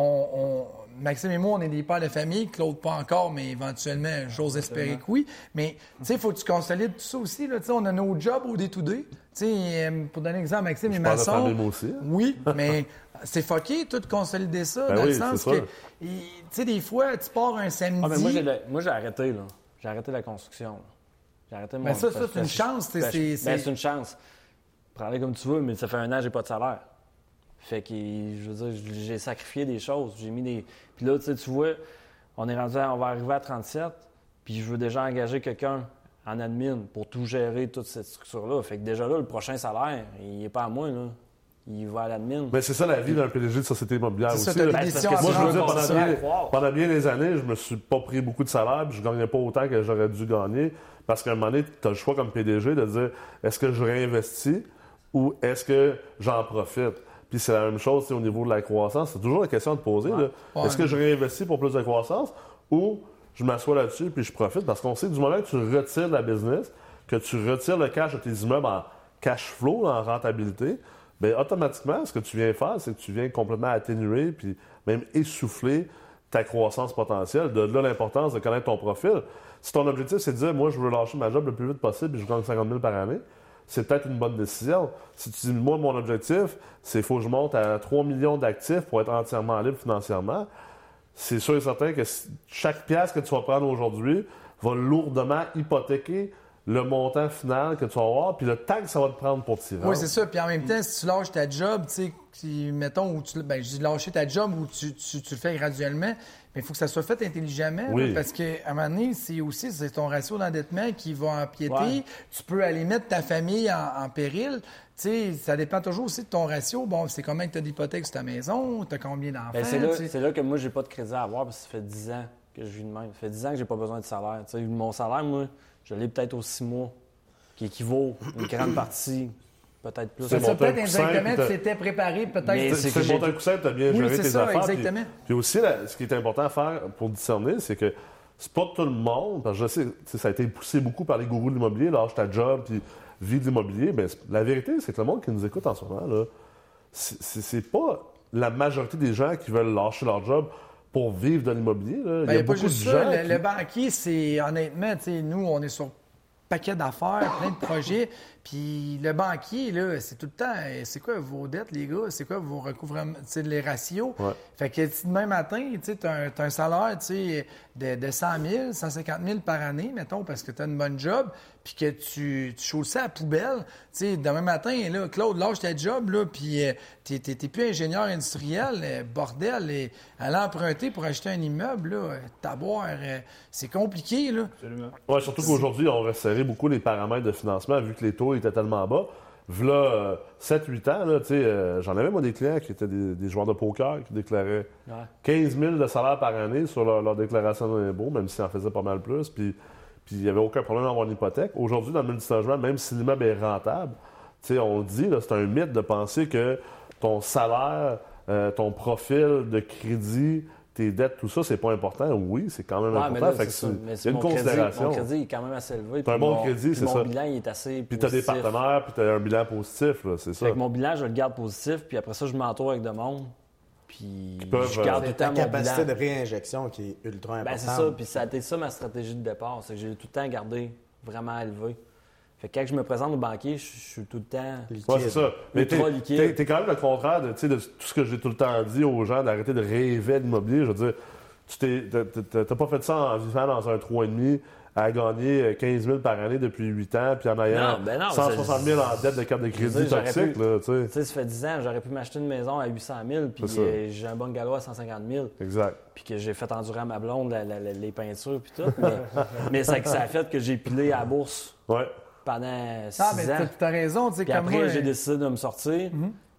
Maxime et moi, on est des pères de famille, Claude pas encore, mais éventuellement, j'ose espérer que oui. Mais tu sais, il faut que tu consolides tout ça aussi. Là. Tu sais, on a nos jobs au day-to-day. Tu sais, pour donner un exemple, Maxime est maçon. Aussi, hein? Oui, mais c'est fucké, tout consolider ça, dans le sens que, tu sais, des fois, tu pars un samedi. Ah, mais moi, j'ai arrêté, là. J'ai arrêté la construction. Là. J'ai arrêté mon... ça, c'est une chance. C'est une chance. Prends-les comme tu veux, mais ça fait 1 an que j'ai pas de salaire. Fait que, je veux dire, j'ai sacrifié des choses. J'ai mis des... Puis là, tu vois, on va arriver à 37, puis je veux déjà engager quelqu'un en admin pour tout gérer, toute cette structure-là. Fait que déjà là, le prochain salaire, il n'est pas à moi, là. Il va à l'admin. Mais c'est ça la vie d'un PDG de société immobilière aussi. Ça, Moi, je veux dire, pendant bien des années, je me suis pas pris beaucoup de salaire, puis je gagnais pas autant que j'aurais dû gagner. Parce qu'à un moment donné, tu as le choix comme PDG de dire est-ce que je réinvestis ou est-ce que j'en profite? Puis c'est la même chose au niveau de la croissance. C'est toujours la question à te poser. Est-ce que je réinvestis pour plus de croissance ou je m'assois là-dessus puis je profite? Parce qu'on sait du moment que tu retires de la business, que tu retires le cash de tes immeubles en cash flow, en rentabilité, bien automatiquement, ce que tu viens faire, c'est que tu viens complètement atténuer puis même essouffler ta croissance potentielle. De là, l'importance de connaître ton profil. Si ton objectif, c'est de dire, moi, je veux lâcher ma job le plus vite possible et je gagne 50 000 par année, c'est peut-être une bonne décision. Si tu dis, moi, mon objectif, c'est qu'il faut que je monte à 3 millions d'actifs pour être entièrement libre financièrement, c'est sûr et certain que chaque pièce que tu vas prendre aujourd'hui va lourdement hypothéquer le montant final que tu vas avoir, puis le temps que ça va te prendre pour t'y rendre. Oui, c'est ça. Puis en même temps, si tu lâches ta job, tu sais, mettons, je dis lâcher ta job ou tu le fais graduellement, mais il faut que ça soit fait intelligemment. Oui. Là, parce qu'à un moment donné, c'est ton ratio d'endettement qui va empiéter. Ouais. Tu peux aller mettre ta famille en péril. Tu sais, ça dépend toujours aussi de ton ratio. Bon, c'est combien que tu as d'hypothèque sur ta maison, tu as combien d'enfants. Bien, c'est là que moi, j'ai pas de crédit à avoir parce que ça fait 10 ans que je vis de même. Ça fait 10 ans que j'ai pas besoin de salaire. Tu sais, mon salaire, moi, je l'ai peut-être aux 6 mois, qui équivaut une grande partie, peut-être plus. Ça peut-être indirectement, tu t'étais préparé, peut-être. C'est monté un coussin, tu as bien géré tes affaires. Exactement. Puis aussi, ce qui est important à faire pour discerner, c'est que c'est pas tout le monde, parce que je sais, ça a été poussé beaucoup par les gourous de l'immobilier, lâche ta job, puis vie de l'immobilier. Bien, la vérité, c'est que le monde qui nous écoute en ce moment, là, c'est pas la majorité des gens qui veulent lâcher leur job pour vivre de l'immobilier. Là. Il y a beaucoup de gens. Le banquier, c'est honnêtement, nous, on est sur paquet d'affaires, plein de projets. Puis le banquier, là, c'est tout le temps, c'est quoi vos dettes, les gars? C'est quoi vos recouvrements, les ratios? Ouais. Fait que demain matin, tu as un salaire de 100 000, 150 000 par année, mettons, parce que tu as une bonne job, puis que tu chaudes ça à la poubelle. Demain matin, là, Claude, lâche ta job, là, puis t'es plus ingénieur industriel, bordel, et aller emprunter pour acheter un immeuble, là, t'avoir, c'est compliqué, là. Absolument. Ouais, surtout qu'aujourd'hui, on resserrait beaucoup les paramètres de financement, vu que les taux étaient tellement bas. V'là 7-8 ans, là, j'en avais moi des clients qui étaient des joueurs de poker qui déclaraient 15 000 de salaire par année sur leur déclaration d'impôt, même s'ils en faisaient pas mal plus. Puis il n'y avait aucun problème d'avoir une hypothèque. Aujourd'hui, dans le multilogement, même si l'immeuble est rentable, on le dit, là, c'est un mythe de penser que ton salaire, ton profil de crédit tes dettes, tout ça, c'est pas important. Oui, c'est quand même Ouais, important. mais là, Fait que c'est ça. Mais il y a une mon considération. Mon crédit est quand même assez élevé. T'as un bon crédit, c'est ça. Mon bilan, il est assez Puis t'as des positif. partenaires, puis t'as un bilan positif, là, c'est ça. Fait que mon bilan, je le garde positif, puis après ça, je m'entoure avec de monde. Puis peuvent, je garde tout C'est le ta temps mon capacité bilan. de réinjection qui est ultra importante. Ben, c'est ça, puis ça a été ça ma stratégie de départ. C'est que j'ai tout le temps gardé vraiment élevé. Fait que quand je me présente au banquier, je suis tout le temps. Ouais, c'est ça. Mais Ultra liquide. t'es quand même le contraire de tout ce que j'ai tout le temps dit aux gens d'arrêter de rêver d'immobilier. Je veux dire, t'as pas fait ça en vivant dans un 3,5 à gagner 15 000 par année depuis 8 ans, puis en ayant Non, ben non, 160 000 en dette de carte de crédit j'aurais toxique. pu- Là, tu sais. Tu sais, ça fait 10 ans, j'aurais pu m'acheter une maison à 800 000, puis C'est ça. j'ai un bungalow à 150 000, Exact. puis que j'ai fait endurer à ma blonde les peintures, puis tout. Mais ça a fait que j'ai pilé à la bourse Ouais. pendant 6 Ah, mais ans. t'as raison, tu sais, Puis comme après, moi. j'ai décidé de me sortir,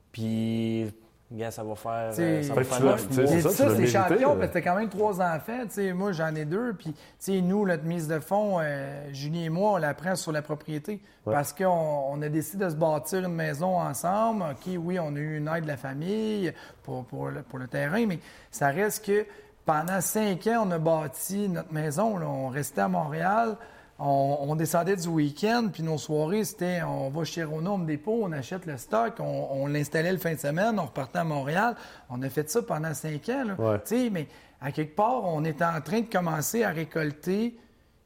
puis gars, ça va faire, T'sais, ça va Fait que faire tu l'as- 9 t'sais, mois. J'ai ça, dit tu ça, l'as c'est mérité, champion, là. parce que t'as quand même 3 enfants. Tu sais, moi, j'en ai 2. Puis, tu sais, nous, notre mise de fonds, Julie et moi, on la prend sur la propriété. Parce qu'on a décidé de se bâtir une maison ensemble. OK, oui, on a eu une aide de la famille pour le terrain, mais ça reste que pendant 5 ans, on a bâti notre maison. Là. On restait à Montréal. On descendait du week-end, puis nos soirées, c'était on va chez Renault Home Depot, on achète le stock, on l'installait le fin de semaine, on repartait à Montréal. On a fait ça pendant 5 ans. Là. Ouais. Tu sais, mais à quelque part, on était en train de commencer à récolter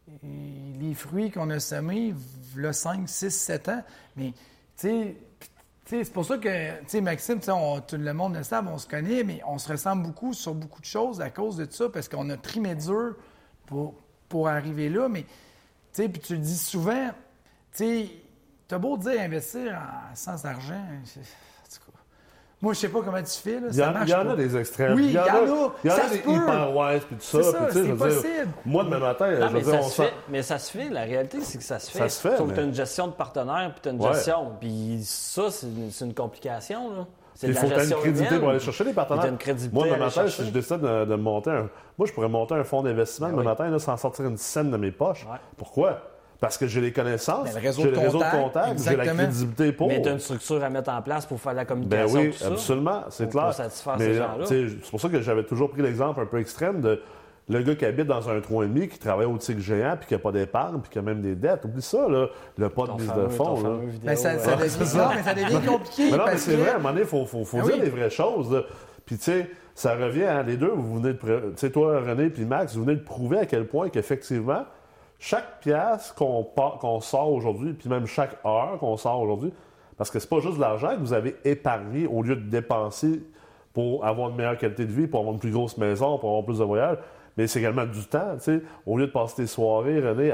les fruits qu'on a semés, là, 5, 6, 7 ans. Mais, tu sais, c'est pour ça que, tu sais, Maxime, tout le monde le sait, on se connaît, mais on se ressemble beaucoup sur beaucoup de choses à cause de ça, parce qu'on a trimé dur pour arriver là, mais... Tu sais, puis tu le dis souvent, tu sais, t'as beau dire investir sans argent, en tout cas, moi, je sais pas comment tu fais, là, ça marche Il y en pas. a des extrêmes. Oui, il y en a ça des se peut. hyper wise puis tout ça. C'est ça, puis tu sais, c'est je veux dire, possible. moi, demain matin, Non, je mais veux dire, ça on se sent... fait. Mais ça se fait. La réalité, c'est que ça se fait. Ça se fait, Sauf mais- que tu as une gestion de partenaire, puis tu as une Ouais. gestion. Puis ça, c'est une complication, là. C'est Il de faut la que tu aies une gestion crédibilité humaine. pour aller chercher les Puis partenaires. t'as une crédibilité Moi, à demain aller matin, chercher. si je décide de monter un... Moi, je pourrais monter un fonds d'investissement demain matin là, sans sortir une scène de mes poches. Ouais. Pourquoi? Parce que j'ai les connaissances, Ben, le réseau j'ai de le réseau de contacts, contacts, j'ai la exactement. crédibilité pour. Mais tu as une structure à mettre en place pour faire la Ben communication, oui, tout ça. absolument, c'est Pour clair. satisfaire Mais ces gens-là. tu sais, c'est pour ça que j'avais toujours pris l'exemple un peu extrême de le gars qui habite dans un 3,5, qui travaille au tigre géant, puis qui n'a pas d'épargne, puis qui a même des dettes. Oublie ça, là, le pas de Ton mise de fameux- fonds. ton là. fameux vidéo, Ben, ça devient, non, mais ça devient compliqué. Mais non, mais parce c'est que... vrai, à un moment donné, il faut Ah dire oui. les vraies choses. Là. Puis, tu sais, ça revient, hein, les deux, vous venez de. Tu sais, toi, René, puis Max, vous venez de prouver à quel point qu'effectivement, chaque pièce qu'on sort aujourd'hui, puis même chaque heure qu'on sort aujourd'hui, parce que c'est pas juste de l'argent que vous avez épargné au lieu de dépenser pour avoir une meilleure qualité de vie, pour avoir une plus grosse maison, pour avoir plus de voyages, mais c'est également du temps, tu sais. Au lieu de passer tes soirées, René,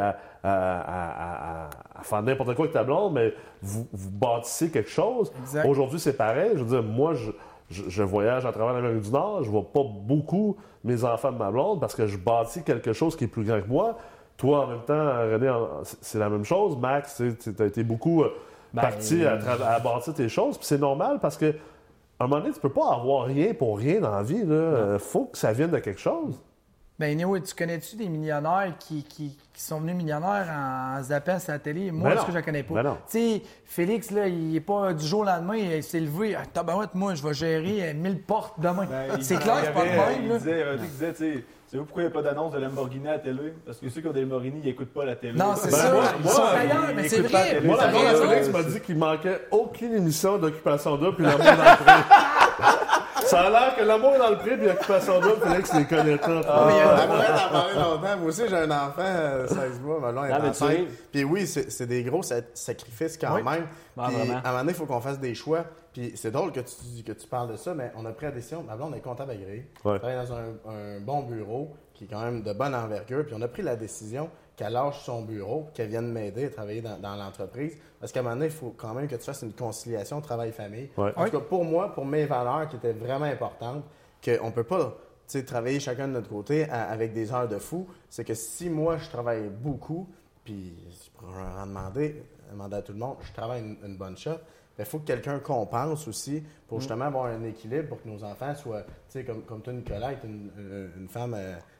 à faire n'importe quoi avec ta blonde, mais vous bâtissez quelque chose. Exact. Aujourd'hui, c'est pareil. Je veux dire, moi, je voyage à travers l'Amérique du Nord. Je vois pas beaucoup mes enfants de ma blonde parce que je bâtis quelque chose qui est plus grand que moi. Toi, en même temps, René, c'est la même chose. Max, tu as été beaucoup parti à bâtir tes choses. Puis c'est normal parce que à un moment donné, tu peux pas avoir rien pour rien dans la vie. Il faut que ça vienne de quelque chose. Ben, anyway, tu connais-tu des millionnaires qui sont venus millionnaires en zappant sur la télé? Moi, Ben est-ce non. que je la connais pas? Ben non. Tu sais, Félix, là, il n'est pas du jour au lendemain, il s'est levé. Ah, tabarouette, moi, je vais gérer 1000 portes demain. Ben, C'est clair, c'est pas de même, Il là. disait, tu sais, savez-vous pourquoi il n'y a pas d'annonce de Lamborghini à la télé? Parce que ceux qui ont des Lamborghini, ils n'écoutent pas la télé. Non, c'est Ben, ça. moi, Ils sont moi, ailleurs, mais ils c'est écoutent pas la vrai. télé. Moi, T'as la blonde de raison. Félix m'a dit qu'il manquait aucune émission d'Occupation Double puis l'amour dans le pré. Ça a l'air que l'amour est dans le pré puis Occupation Double, Félix les connaît tous. Après d'en parler longtemps, moi aussi j'ai un enfant, 16 mois, ma blonde est Ah, mais enceinte. tu sais- Puis oui, c'est des gros sacrifices quand Oui. même. Ah, Puis vraiment. à un moment donné, il faut qu'on fasse des choix. Puis c'est drôle que tu parles de ça, mais on a pris la décision. Ma blonde est comptable agréée. Ouais. Elle travaille dans un bon bureau qui est quand même de bonne envergure. Puis on a pris la décision qu'elle lâche son bureau, qu'elle vienne m'aider à travailler dans l'entreprise. Parce qu'à un moment donné, il faut quand même que tu fasses une conciliation travail-famille. Ouais. En tout cas, pour moi, pour mes valeurs qui étaient vraiment importantes, qu'on ne peut pas travailler chacun de notre côté avec des heures de fou, c'est que si moi, je travaille beaucoup, puis je pourrais en demander à tout le monde, je travaille une bonne shot, il faut que quelqu'un compense aussi pour justement avoir un équilibre pour que nos enfants soient, comme toi, Nicolas, est une femme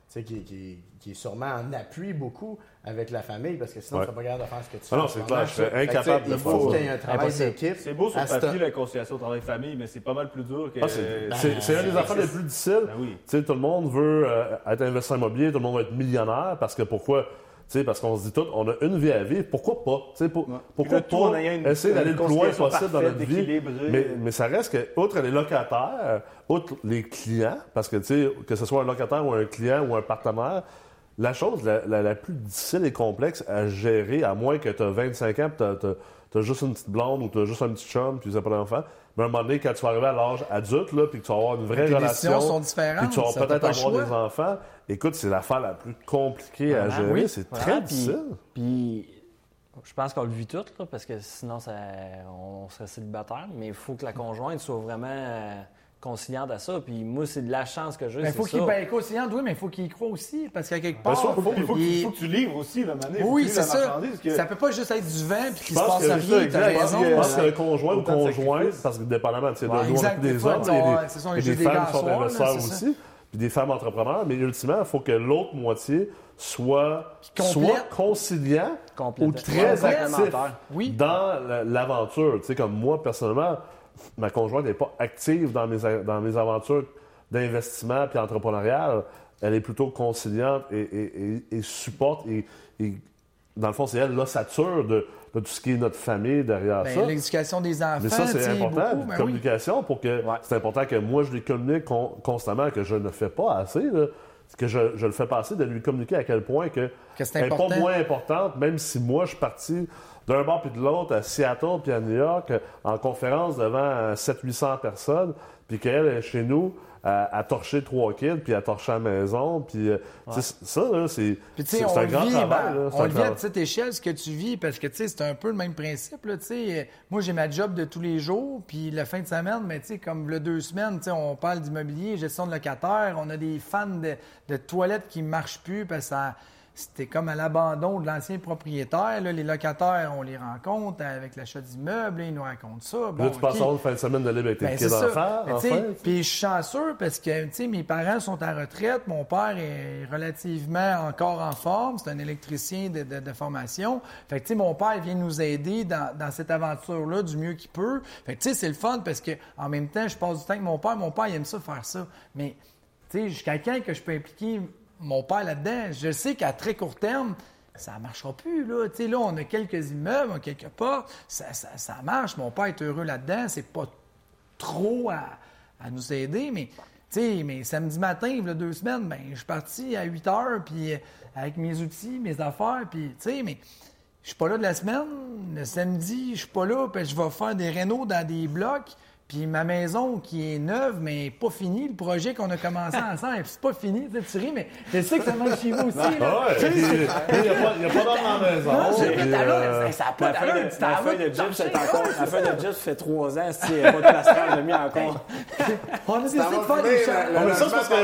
tu sais, qui est sûrement en appui beaucoup avec la famille, parce que sinon, tu n'es pas capable de faire ce que tu fais. Ah non, c'est clair, je serais incapable de faire ça. Il faut qu'il y ait un travail d'équipe. C'est beau sur papier, la conciliation travail-famille, mais c'est pas mal plus dur que... C'est un des affaires les plus difficiles. Ben oui. Tu sais, tout le monde veut être investisseur immobilier, tout le monde veut être millionnaire, parce que pourquoi? Tu sais, parce qu'on se dit tout, on a une vie à vivre, pourquoi pas? Tu sais, pourquoi pas essayer d'aller le plus loin possible dans notre vie? Mais ça reste que, outre les locataires, outre les clients, parce que, tu sais, que ce soit un locataire ou un client ou un partenaire, la chose la plus difficile et complexe à gérer, à moins que tu as 25 ans et tu as juste une petite blonde ou tu as juste un petit chum puis tu n'as pas d'enfant, mais à un moment donné, quand tu vas arriver à l'âge adulte, là, puis que tu vas avoir une vraie relation, décisions sont différentes, puis tu vas peut-être avoir des enfants, écoute, c'est l'affaire la plus compliquée à gérer. Oui, c'est très difficile. Puis, je pense qu'on le vit tout, là, parce que sinon, on serait célibataire, mais il faut que la conjointe soit vraiment conciliante à ça. Puis moi, c'est de la chance que j'ai. Il faut qu'il soit conciliante, oui, mais il faut qu'il y croit aussi, parce qu'à quelque part... Il faut que tu livres aussi, là, Mané. Oui, c'est ça. Ça peut pas juste être du vent puis qu'il se passe rien. Je pense que conjoint ou conjointe, parce que dépendamment, tu sais, nous, on a des hommes, il y a des femmes qui sont investisseurs aussi, puis des femmes entrepreneurs, mais ultimement, il faut que l'autre moitié soit conciliant ou très actif dans l'aventure. Tu sais, comme moi, personnellement, ma conjointe n'est pas active dans mes aventures d'investissement puis entrepreneurial. Elle est plutôt conciliante et supporte. Et dans le fond, c'est elle l'ossature de tout ce qui est notre famille derrière ça. L'éducation des enfants, mais ça, c'est important. Beaucoup, la communication, pour que c'est important que moi, je lui communique constamment, que je ne fais pas assez, là, que je le fais pas assez, de lui communiquer à quel point que elle n'est pas moins importante, même si moi, je suis parti d'un bord puis de l'autre, à Seattle puis à New York, en conférence devant 700-800 personnes, puis qu'elle est chez nous à torcher 3 kids, puis à torcher à la maison, puis ça, là, c'est un grand travail. On le vit à petite échelle, ce que tu vis, parce que, tu sais, c'est un peu le même principe, là, tu sais. Moi, j'ai ma job de tous les jours, puis la fin de semaine, mais tu sais, comme le 2 semaines, tu sais, on parle d'immobilier, gestion de locataires, on a des fans de toilettes qui ne marchent plus, parce que c'était comme à l'abandon de l'ancien propriétaire. Là, les locataires, on les rencontre avec l'achat d'immeubles, ils nous racontent ça. Bon, là, tu passes une fin de semaine de libre avec tes kids d'enfants, puis je suis chanceux parce que mes parents sont à retraite. Mon père est relativement encore en forme. C'est un électricien de formation. Fait que mon père vient nous aider dans cette aventure-là du mieux qu'il peut. Fait que c'est le fun parce que en même temps, je passe du temps avec mon père. Mon père, il aime ça faire ça. Mais je suis quelqu'un que je peux impliquer mon père là-dedans. Je sais qu'à très court terme, ça ne marchera plus. Là. Là, on a quelques immeubles, on a quelques portes. Ça marche. Mon père est heureux là-dedans. C'est pas trop à nous aider. Mais samedi matin, il y a 2 semaines, je suis parti à 8 heures puis, avec mes outils, mes affaires. Puis, mais je suis pas là de la semaine. Le samedi, je suis pas là. Puis je vais faire des rénos dans des blocs. Puis ma maison qui est neuve, mais pas finie, le projet qu'on a commencé ensemble, c'est pas fini. Tu ris, mais je sais que ça marche chez vous aussi. Il n'y a pas d'homme dans la maison. Ça n'a pas d'allure. La feuille de gyps, c'est encore. La feuille de gyps fait 3 ans, il n'y a pas de plastron de mis encore. On a décidé de faire des choses. C'est parce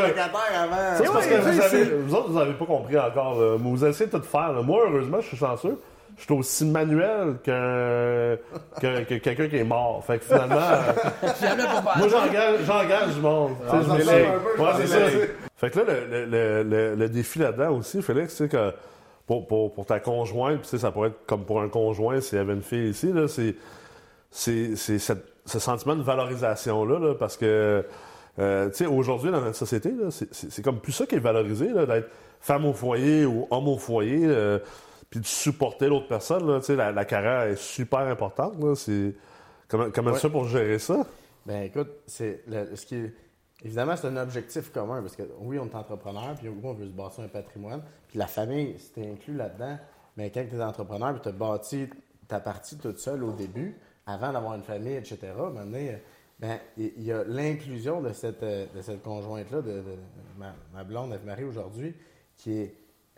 que vous autres, vous n'avez pas compris encore. Mais vous essayez de tout faire. Moi, heureusement, je suis chanceux. Je suis aussi manuel que quelqu'un qui est mort. Fait que finalement, moi, j'engage du monde. C'est ça. Fait que là, le défi là-dedans aussi, Félix, c'est que pour ta conjointe, puis ça pourrait être comme pour un conjoint s'il y avait une fille ici, là, c'est ce sentiment de valorisation-là, parce que, tu sais, aujourd'hui, dans notre société, là, c'est comme plus ça qui est valorisé, là, d'être femme au foyer ou homme au foyer, puis de supporter l'autre personne, là, la carrière est super importante. Là, comment ça pour gérer ça? Bien, écoute, évidemment, c'est un objectif commun, parce que oui, on est entrepreneur, puis on veut se bâtir un patrimoine, puis la famille, c'était inclus là-dedans, mais quand tu es entrepreneur, puis tu as bâti ta partie toute seule au début, avant d'avoir une famille, etc., maintenant, il y a l'inclusion de cette conjointe-là, de ma blonde, Eve-Marie, aujourd'hui, qui est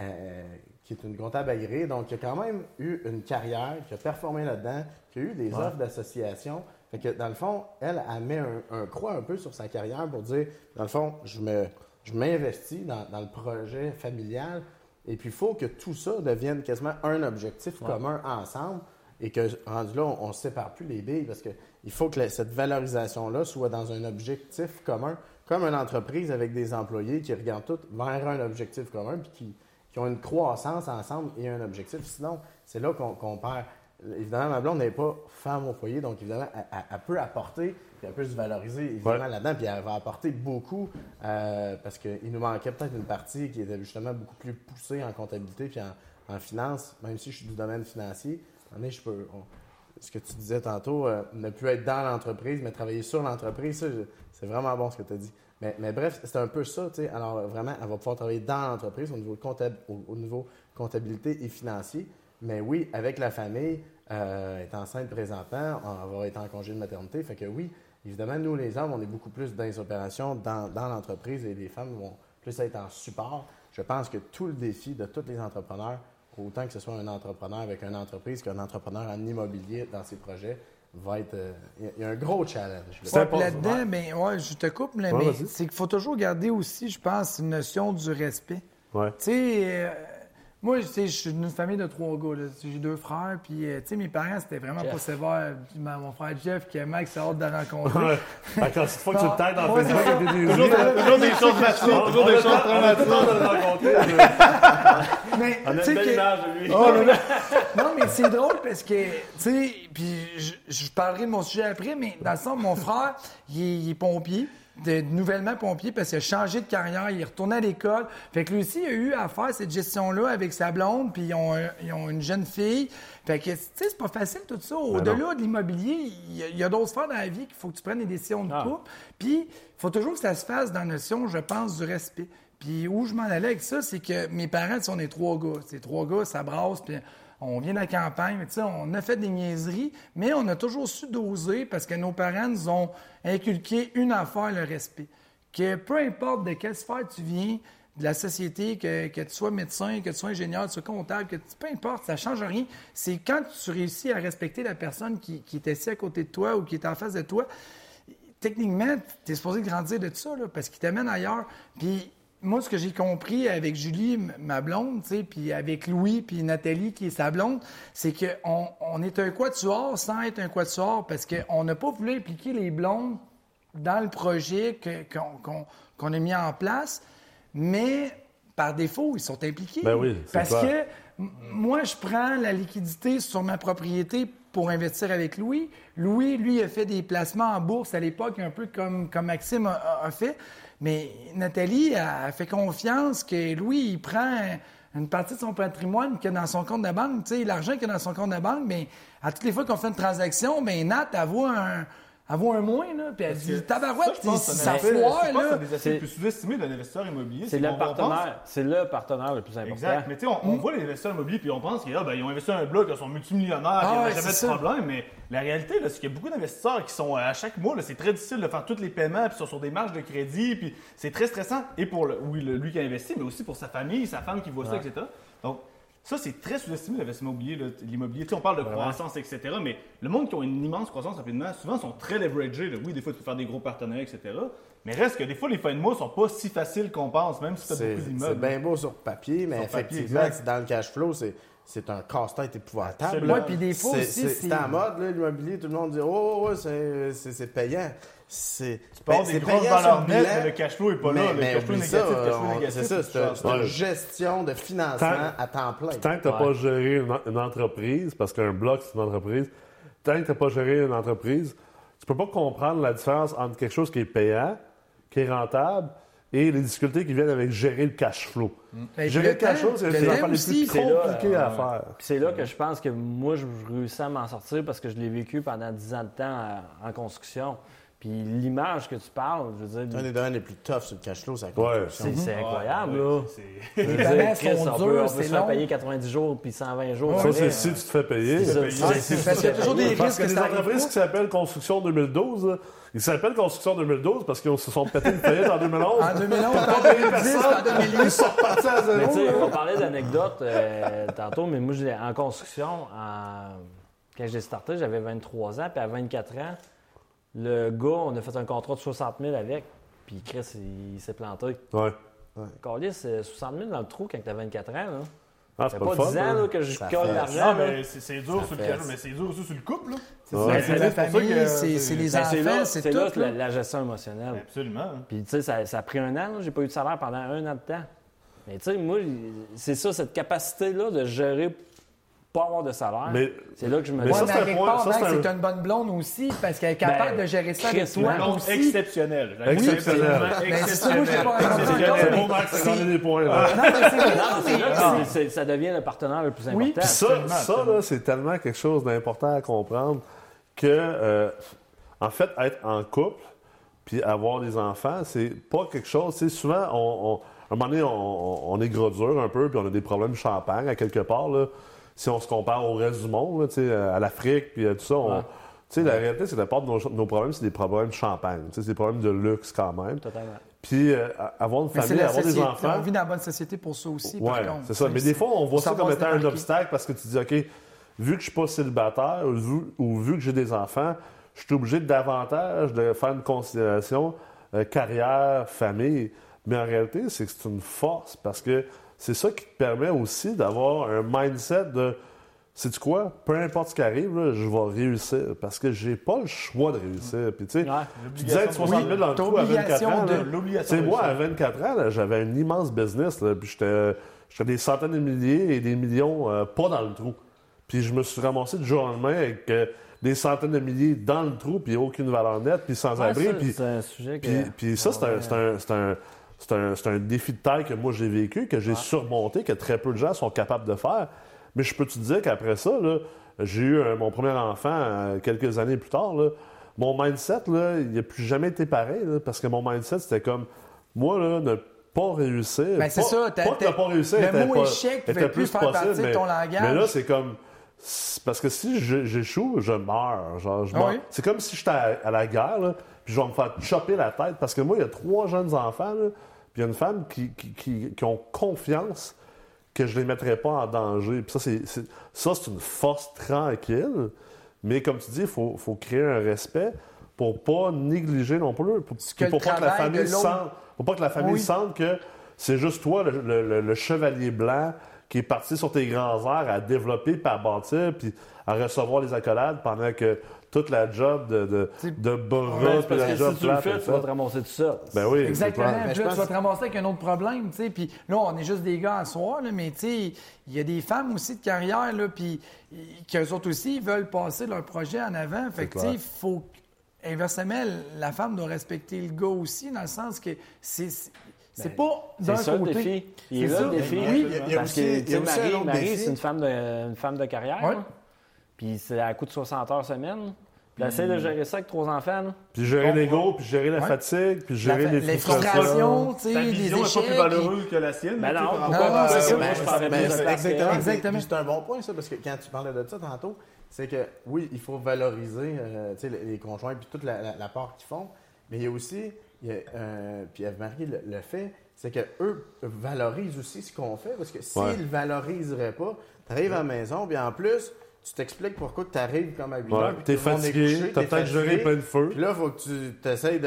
une comptable agréée, donc qui a quand même eu une carrière, qui a performé là-dedans, qui a eu des offres d'association. Fait que, dans le fond, elle met un croix un peu sur sa carrière pour dire, dans le fond, je m'investis dans le projet familial, et puis il faut que tout ça devienne quasiment un objectif commun ensemble, et que, rendu là, on ne sépare plus les billes, parce qu'il faut que cette valorisation-là soit dans un objectif commun, comme une entreprise avec des employés qui regardent tous vers un objectif commun puis qui ont une croissance ensemble et un objectif. Sinon, c'est là qu'on perd. Évidemment, ma blonde n'est pas femme au foyer, donc évidemment, elle peut apporter, puis elle peut se valoriser évidemment là-dedans, puis elle va apporter beaucoup parce qu'il nous manquait peut-être une partie qui était justement beaucoup plus poussée en comptabilité puis en finance, même si je suis du domaine financier. Ce que tu disais tantôt, ne plus être dans l'entreprise, mais travailler sur l'entreprise, ça, c'est vraiment bon ce que tu as dit. Mais bref, c'est un peu ça, tu sais. Alors vraiment, elle va pouvoir travailler dans l'entreprise au niveau comptabilité et financier. Mais oui, avec la famille, elle est enceinte présentement, on va être en congé de maternité. Fait que oui, évidemment, nous, les hommes, on est beaucoup plus dans les opérations dans l'entreprise et les femmes vont plus être en support. Je pense que tout le défi de tous les entrepreneurs, autant que ce soit un entrepreneur avec une entreprise qu'un entrepreneur en immobilier dans ses projets, va être... Il y a un gros challenge. Là-dedans, je te coupe, mais c'est qu'il faut toujours garder aussi, je pense, une notion du respect. Ouais. Tu sais, moi, je suis d'une famille de 3 gars. Là. J'ai 2 frères, puis tu sais, mes parents, c'était vraiment pas sévère. Mon frère Jeff, qui aimait que ça hâte de rencontrer. Ouais. Quand cette fois que tu le têtes dans Facebook avec des Toujours des choses matures, toujours des choses très matures. Mais, on a une belle image de lui. Non, mais c'est drôle parce que, tu sais, puis je parlerai de mon sujet après, mais dans le sens, mon frère, il est pompier. Nouvellement pompier parce qu'il a changé de carrière, il est retourné à l'école. Fait que lui aussi, il a eu à faire cette gestion-là avec sa blonde, puis ils ont une jeune fille. Fait que, tu sais, c'est pas facile tout ça. Au-delà de l'immobilier, il y a d'autres sphères dans la vie qu'il faut que tu prennes des décisions de couple. Puis, il faut toujours que ça se fasse dans la notion, je pense, du respect. Puis, où je m'en allais avec ça, c'est que mes parents, on est 3 gars. Ces 3 gars, ça brasse, puis on vient de la campagne, tu sais, on a fait des niaiseries, mais on a toujours su doser parce que nos parents nous ont inculqué une affaire, le respect. Que peu importe de quelle sphère tu viens de la société, que tu sois médecin, que tu sois ingénieur, que tu sois comptable, peu importe, ça ne change rien. C'est quand tu réussis à respecter la personne qui est assise à côté de toi ou qui est en face de toi, techniquement, tu es supposé grandir de ça, là, parce qu'il t'amène ailleurs. Puis, moi, ce que j'ai compris avec Julie, ma blonde, tu sais, puis avec Louis, puis Nathalie, qui est sa blonde, c'est qu'on est un quatuor sans être un quatuor parce qu'on n'a pas voulu impliquer les blondes dans le projet qu'on a mis en place, mais par défaut, ils sont impliqués. Ben oui, parce que moi, je prends la liquidité sur ma propriété pour investir avec Louis. Louis, lui, a fait des placements en bourse à l'époque, un peu comme Maxime a fait. Mais Nathalie a fait confiance que Louis, il prend une partie de son patrimoine qu'il a dans son compte de banque. Tu sais, l'argent qu'il a dans son compte de banque, mais à toutes les fois qu'on fait une transaction, bien, Nat, elle voit un moins, là. Puis elle dit, tabarouette, ça foire, là. C'est le plus sous-estimé d'un investisseur immobilier. C'est le partenaire. C'est le partenaire le plus important. Exact. Mais tu sais, on voit les investisseurs immobiliers, puis on pense qu'ils ont investi un bloc, ils sont multimillionnaires, il n'y a jamais de problème. Mais la réalité, là, c'est qu'il y a beaucoup d'investisseurs qui sont, à chaque mois, là, c'est très difficile de faire tous les paiements, puis sont sur des marges de crédit, puis c'est très stressant. Et pour lui qui a investi, mais aussi pour sa famille, sa femme qui voit ça, etc. Donc, ça, c'est très sous-estimé, l'investissement immobilier, l'immobilier. Tu sais, on parle de croissance, etc. Mais le monde qui a une immense croissance rapidement, souvent, sont très leveragés. Là. Oui, des fois, tu peux faire des gros partenariats, etc. Mais reste que des fois, les fins de mois sont pas si faciles qu'on pense, même si tu as beaucoup d'immeubles. C'est bien beau sur papier, mais effectivement, dans le cash flow, c'est un casse-tête épouvantable. Oui, puis des fois aussi, c'est en mode, là, l'immobilier, tout le monde dit « Oh, c'est payant ». Tu peux avoir des grosses valeurs nettes, mais le cash flow n'est pas là. Le cash flow négatif, c'est ça, c'est une gestion de financement à temps plein. Tant que tu n'as pas géré une entreprise, parce qu'un bloc, c'est une entreprise, tant que tu n'as pas géré une entreprise, tu peux pas comprendre la différence entre quelque chose qui est payant, qui est rentable, et les difficultés qui viennent avec gérer le cash flow. Gérer le cash flow, c'est les affaires les plus compliquées à faire. C'est là que je pense que moi, je réussis à m'en sortir parce que je l'ai vécu pendant 10 ans de temps en construction. Puis l'image que tu parles, je veux dire... C'est un des domaines les plus toughs sur le cash flow, c'est la construction. C'est incroyable, là. Les paiements sont durs, on peut se faire payer 90 jours puis 120 jours. Ça, c'est si tu te fais payer. Parce qu'il y a toujours des risques que des entreprises qui s'appellent Construction 2012, là, ils s'appellent Construction 2012 parce qu'ils se sont pétés une faillite en 2011. En 2011, en 2010, en 2008. Ils sont repartis à zéro. Mais tu sais, on parlait d'anecdotes tantôt, mais moi, en construction, quand j'ai starté, j'avais 23 ans, puis à 24 ans, le gars, on a fait un contrat de 60 000 avec, puis Chris, il s'est planté. Ouais. Calisse, 60 000 dans le trou quand t'as 24 ans, là. Ah, C'est c'est pas pas le 10 fun. ans là, hein. que je Ça colle fait- l'argent. Non, là. mais c'est dur Ça sur le fait- canal, mais c'est dur aussi sur le couple. Là. Ouais. Ben, c'est la pour ça famille, que c'est les Ben, c'est enfants, là, c'est là tout. que là. la gestion émotionnelle. Absolument. Puis, tu sais, ça a pris un an. Là. J'ai pas eu de salaire pendant un an de temps. Mais, tu sais, moi, c'est ça, cette capacité-là de gérer, pas avoir de salaire. Mais- c'est là que je me mais dis. Ouais, ça, mais c'est à un quelque point- part, ça, Max, c'est un- c'est que t'as une bonne blonde aussi, parce qu'elle est capable Ben, de gérer ça avec Chris, toi Non, aussi. exceptionnel. Exceptionnel. Ben, c'est ça, moi, je suis pas d'accord. Exceptionnel. Bon, Max, ça donne des points. Là. Non, mais c'est vrai, Non, c'est là non, que ça devient le partenaire le plus important. Oui, Puis Absolument, ça absolument. là, c'est tellement quelque chose d'important à comprendre que, en fait, être en couple puis avoir des enfants, c'est pas quelque chose. Tu sais, souvent, à un moment donné, on est gros dur un peu, puis on a des problèmes de champagne à quelque part. Là, si on se compare au reste du monde, là, tu sais, à l'Afrique, puis tout ça, Ouais. tu sais, la réalité, c'est que la part de nos problèmes, c'est des problèmes de champagne. Tu sais, c'est des problèmes de luxe quand même. Totalement. Puis avoir une Mais c'est famille, la avoir des société. enfants. On vit dans la bonne société pour ça aussi, par Oui, contre. c'est ça. Mais des fois, on voit ça savoir comme se étant un démarquer. obstacle parce que tu dis, OK, vu que je suis pas célibataire ou vu que j'ai des enfants, je suis obligé davantage de faire une considération carrière, famille. Mais en réalité, c'est que c'est une force parce que c'est ça qui te permet aussi d'avoir un mindset de, sais-tu quoi, peu importe ce qui arrive, là, je vais réussir parce que j'ai pas le choix de réussir. Puis tu sais, Ouais. tu disais être 60 000 dans le t'as trou à 24 obligation ans. de- là. L'obligation Tu sais, de moi, à réussir. 24 ans, là, j'avais un immense business. Là, puis j'étais des centaines de milliers et des millions pas dans le trou. Puis je me suis ramassé du jour au lendemain avec des centaines de milliers dans le trou, puis aucune valeur nette, puis sans Ouais, abri. ça, Puis c'est un sujet que. puis ça, c'est un défi de taille que moi j'ai vécu, que j'ai surmonté, que très peu de gens sont capables de faire. Mais je peux te dire qu'après ça, là, j'ai eu mon premier enfant quelques années plus tard. Là. Mon mindset, là, il n'a plus jamais été pareil, là, parce que mon mindset, c'était comme, moi, là, ne pas réussir. Ben, c'est ça, pas de ne pas réussir. le était mot pas- échec ne était fait plus faire partie de ton langage. Mais là, c'est comme. Parce que si j'échoue, je meurs. Genre, je Ah meurs. oui? C'est comme si j'étais à la guerre, là, puis je vais me faire chopper la tête. Parce que moi, il y a 3 jeunes enfants, là, puis il y a une femme qui ont confiance que je ne les mettrai pas en danger. Puis ça, c'est une force tranquille. Mais comme tu dis, il faut créer un respect pour pas négliger non plus. Pour que le pas que la travail famille de l'autre- sente, pour pas que la famille Oui. sente que c'est juste toi, le chevalier blanc, qui est parti sur tes grands airs à développer, puis à bâtir, puis à recevoir les accolades pendant que toute la job de bras, Ben, c'est puis parce la que job si tu le plate, fais, est tu vas te faite. ramasser tout ça. Ben oui, c'est Exactement. clair. Puis je là, pense- tu vas te ramasser avec un autre problème, tu sais. Puis là, on est juste des gars à soir, là, mais tu sais, il y a des femmes aussi de carrière, là, puis qu'eux autres aussi, ils veulent passer leur projet en avant. Fait que, tu sais, clair. il faut... Inversement, la femme doit respecter le gars aussi, dans le sens que c'est pas d'un C'est ça le côté. défi. Il est C'est là ça. le défi. Oui. Il y a Parce aussi- que, il y a tu sais, aussi un autre Marie, défi. c'est une femme de carrière. Ouais. là. Puis c'est à coup de 60 heures semaine. Puis elle essaie de gérer ça avec 3 enfants. là. Puis gérer l'ego, puis gérer la Ouais. fatigue, puis La- gérer les les frustrations. frustrations, tu sais, Ta les vision n'est pas échecs. plus valeureuse que la sienne. Ben mais non, tu sais, par non, rapport non, à- c'est ça. Moi, je prendrais plus de place exactement. qu'elle. Exactement. Puis c'est un bon point, ça, parce que quand tu parlais de ça tantôt, c'est que oui, il faut valoriser tu sais, les conjoints puis toute la part qu'ils font, mais il y a aussi, puis Eve-Marie le fait, c'est qu'eux valorisent aussi ce qu'on fait, parce que s'ils Ouais. ne le valoriseraient pas, tu arrives à la maison, puis en plus, tu t'expliques pourquoi tu arrives comme à 8 heures. Ouais, puis t'es tout le monde est fatigué, couché, t'as t'es peut-être géré fatigué. plein de feux. Puis là, il faut que tu essayes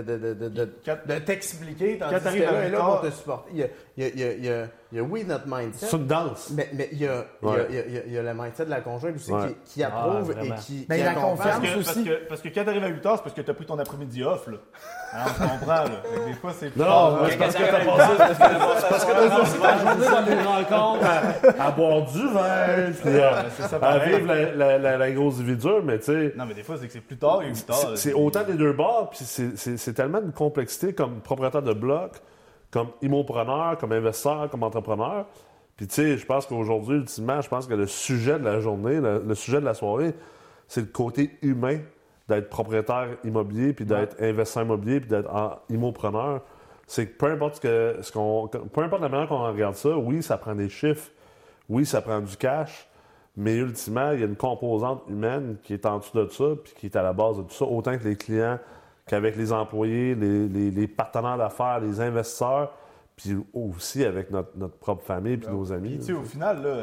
de t'expliquer, tandis Quand que t'arrives à là, est là pour 8 te supporter. Il y a, oui, notre mindset. C'est une danse. Mais il y a, Ouais. il y a le mindset de la conjointe aussi Ouais. qui approuve et vraiment. qui Ben, la accompagne. confiance. aussi. Parce que quand t'arrives à 8 heures, c'est parce que t'as pris ton après-midi off, là. Hein, on se comprend, là. Fait que des fois, c'est plus Non, tard, non, là. c'est parce que t'as passé ta journée dans des rencontres à boire du vin, puis c'est ça, à pareil. vivre la grosse vie dure, mais tu sais, Non, mais des fois, c'est que c'est plus tard et 8 heures. c'est autant des deux bords, puis c'est tellement une complexité comme propriétaire de bloc, comme immopreneur, comme investisseur, comme entrepreneur. Puis tu sais, je pense qu'aujourd'hui, ultimement, je pense que le sujet de la journée, le sujet de la soirée, c'est le côté humain d'être propriétaire immobilier, puis d'être investisseur immobilier, puis d'être immopreneur. C'est que peu importe peu importe la manière qu'on regarde ça, oui, ça prend des chiffres, oui, ça prend du cash, mais ultimement, il y a une composante humaine qui est en dessous de ça, puis qui est à la base de tout ça, autant que les clients, qu'avec les employés, les partenaires d'affaires, les investisseurs, puis aussi avec notre propre famille puis nos amis. Puis, tu sais, au final, là,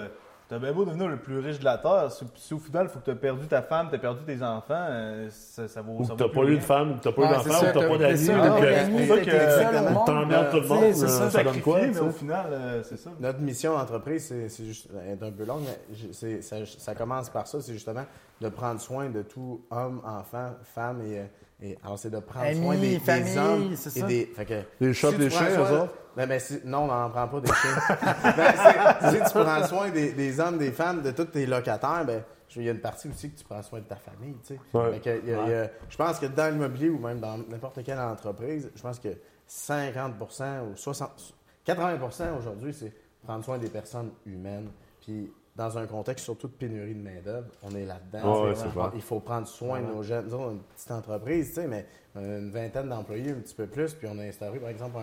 T'as bien beau devenir le plus riche de la Terre, si au final, il faut que tu aies perdu ta femme, tu as perdu tes enfants, ça vaut. Ou Ça que vaut t'as pas plus eu rien. de femme, ou que t'as pas eu Ouais, d'enfant, c'est ou que t'as ça, pas c'est d'amis, ça, ou t'as que pas d'amis, c'est t'es seul au monde. t'emmerdes tout le monde, C'est ça. ça donne quoi? Sacrifié, tu mais au sais? final, c'est ça. Notre mission d'entreprise, c'est juste, elle est un peu longue, mais ça commence par ça, c'est justement de prendre soin de tout homme, enfant, femme alors c'est de prendre Amis, soin des famille, hommes c'est et ça. des. Fait que, Les chats, si des tu prends chiens, soin- eux autres? non, on n'en prend pas des chiens. Si tu prends soin des hommes, des femmes, de tous tes locataires, il y a une partie aussi que tu prends soin de ta famille. Tu sais. Ouais. Fait que, je pense que dans l'immobilier ou même dans n'importe quelle entreprise, je pense que 50% ou 80% aujourd'hui, c'est prendre soin des personnes humaines. Puis dans un contexte surtout de pénurie de main-d'œuvre, on est là-dedans. Ouais, c'est clair. Il faut prendre soin de nos jeunes. Nous avons une petite entreprise, tu sais, mais une vingtaine d'employés, un petit peu plus, puis on a instauré, par exemple,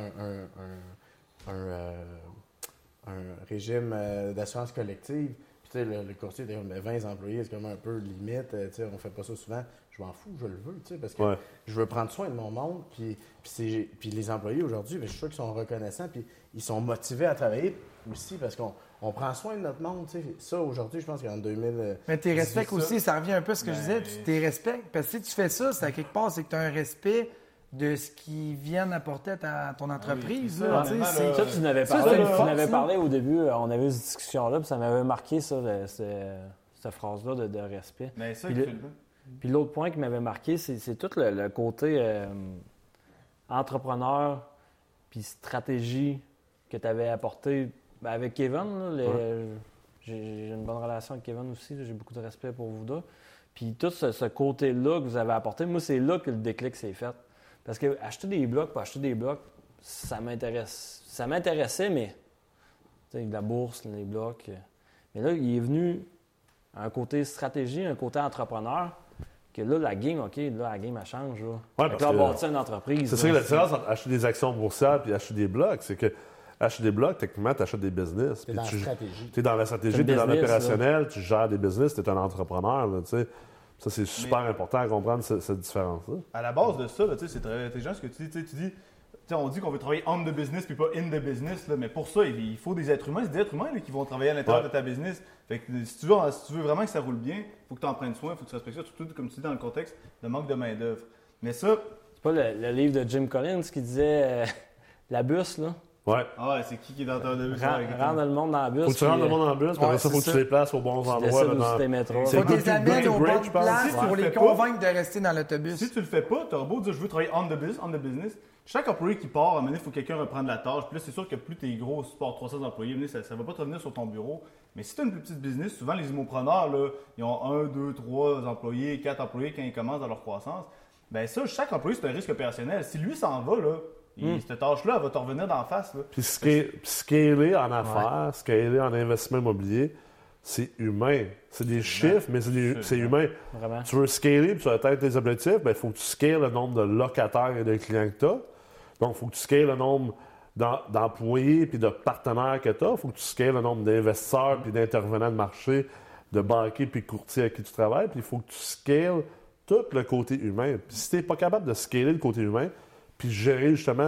un régime d'assurance collective. Puis, tu sais, le courtier, 20 employés, c'est comme un peu limite. Tu sais, on fait pas ça souvent. Je m'en fous, je le veux, tu sais, parce que je veux prendre soin de mon monde. Puis les employés aujourd'hui, je suis sûr qu'ils sont reconnaissants, puis ils sont motivés à travailler aussi parce qu'on prend soin de notre monde, tu sais. Ça, aujourd'hui, je pense qu'en 2000... Mais tu respectes aussi, ça revient un peu à ce que je disais, tu t'es respectes. Parce que si tu fais ça, c'est à quelque part, c'est que tu as un respect de ce qu'ils viennent apporter à ton entreprise. oui, là, c'est tu sais, ça. c'est- Ça, tu n'avais Ça, parlé, c'est une tu force, n'avais là. parlé au début, on avait eu cette discussion-là, puis ça m'avait marqué, ça, cette phrase-là de respect. Mais ça, Puis il le- fait le Puis l'autre point qui m'avait marqué, c'est tout le côté entrepreneur puis stratégie que tu avais apporté avec Kevin. Là, j'ai une bonne relation avec Kevin aussi, là, j'ai beaucoup de respect pour vous deux. Puis tout ce côté-là que vous avez apporté, moi, c'est là que le déclic s'est fait. Parce que acheter des blocs pour acheter des blocs, ça m'intéresse. Ça m'intéressait, mais tu sais, la bourse, les blocs. Mais là, il est venu un côté stratégie, un côté entrepreneur, que là, la game, OK, là, la game, elle change. Là. Ouais, Fait que parce là, que- bâtir une entreprise. C'est ça là, que la différence entre acheter des actions boursières et acheter des blocs, c'est que acheter des blocs, techniquement, tu achètes des business. C'est puis dans la tu stratégie. es dans la stratégie, tu C'est es dans le business, l'opérationnel, tu gères des business, tu es un entrepreneur. Là, tu sais. Ça, c'est super important à comprendre cette différence-là. À la base de ça, là, c'est très intelligent ce que tu dis. Tu dis, on dit qu'on veut travailler on the business puis pas in the business, là, mais pour ça, il faut des êtres humains. C'est des êtres humains là, qui vont travailler à l'intérieur de ta business. Fait que si tu veux vraiment que ça roule bien, il faut que tu en prennes soin, il faut que tu respectes ça, surtout comme tu dis dans le contexte de manque de main-d'œuvre. Mais ça, C'est pas le livre de Jim Collins qui disait la bus, là. Ouais. c'est qui est dans ton début? Rendre le monde dans la bus. Faut que tu rentres le puis, monde en bus, puis après ça, c'est faut que ça. tu les places aux bons endroits. décides où dans- tu métros. C'est Faut good qu'ils to amènent great, aux great, bonnes je pense. places Si tu pour le les fais pas- convaincre de rester dans l'autobus. Si tu le fais pas, tu auras beau dire je veux travailler on the business. Chaque employé qui part, à un moment donné, il faut que quelqu'un reprenne la tâche. Puis là, c'est sûr que plus tu es gros, si tu portes 300 employés, à un moment donné, ça ne va pas te revenir sur ton bureau. Mais si tu as une plus petite business, souvent les immopreneurs, là, ils ont 1, 2, 3 employés, 4 employés quand ils commencent dans leur croissance. Ben ça, chaque employé, c'est un risque opérationnel. Si lui s'en va, là, cette tâche-là, elle va te revenir d'en face. Là. Puis scaler en affaires, scaler en investissement immobilier, c'est humain. C'est des chiffres, mais c'est humain. Vraiment. Tu veux scaler, puis tu vas atteindre tes objectifs, il faut que tu scales le nombre de locataires et de clients que tu as. Donc, il faut que tu scales le nombre d'employés puis de partenaires que tu as. Il faut que tu scales le nombre d'investisseurs puis d'intervenants de marché, de banquiers puis de courtiers avec qui tu travailles. Puis il faut que tu scales tout le côté humain. Puis si tu n'es pas capable de scaler le côté humain, puis gérer justement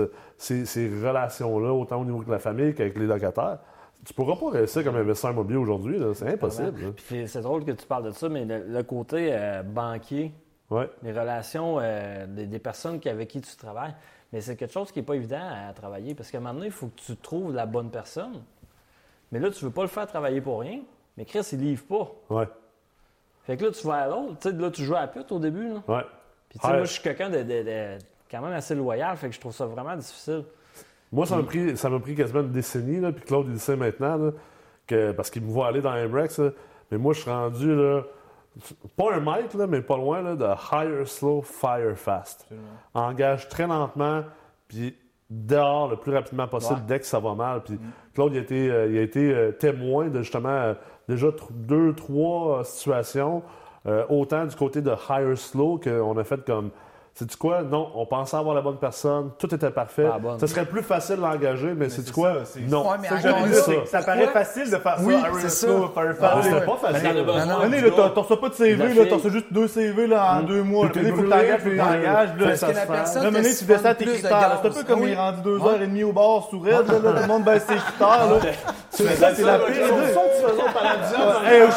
ces relations-là, autant au niveau de la famille qu'avec les locataires, tu ne pourras pas réussir comme investisseur immobilier aujourd'hui. Là. C'est impossible. là. Puis c'est drôle que tu parles de ça, mais le côté banquier, Ouais. les relations des personnes avec qui tu travailles, mais c'est quelque chose qui n'est pas évident à travailler parce qu'à un moment donné, il faut que tu trouves la bonne personne. Mais là, tu ne veux pas le faire travailler pour rien. Mais Chris, il livre pas. Ouais. Fait que là, tu vas à l'autre. Tu sais, là, tu joues à la pute au début. Là. Ouais. Puis tu sais, moi, je suis quelqu'un de quand même assez loyal. Fait que je trouve ça vraiment difficile. Moi, ça m'a pris quasiment une décennie, là, puis Claude, il le sait maintenant, là, parce qu'il me voit aller dans MREX, là, mais moi, je suis rendu, là, pas un maître, là, mais pas loin, là, de hire slow, fire fast. Absolument. Engage très lentement, puis dehors le plus rapidement possible dès que ça va mal. Puis Claude, il a été témoin de justement déjà 2-3 situations, autant du côté de hire slow qu'on a fait comme... sais-tu quoi? Non, on pensait avoir la bonne personne, tout était parfait. Pas la bonne. Ce serait plus facile de l'engager, mais sais-tu quoi? Non. Ouais, mais Ça, encore j'avais là, dit, ça paraît facile de faire Oui, ça. c'est ça. Ah, c'était pas facile. Mais t'en as besoin. Année, là, t'en reçois pas de CV, là, t'en reçois juste 2 CV là, en 2 mois. Puis Là, il faut que brûlé, t'engages, puis- là. Parce que la personne Là, te maintenant, tu siphonne descends tes plus de critères. là. C'est un gaz. peu comme Oui. il est rendu 2h30 au bar sous Red, là, tout le monde baisse ses critères, là. C'est la pire idée.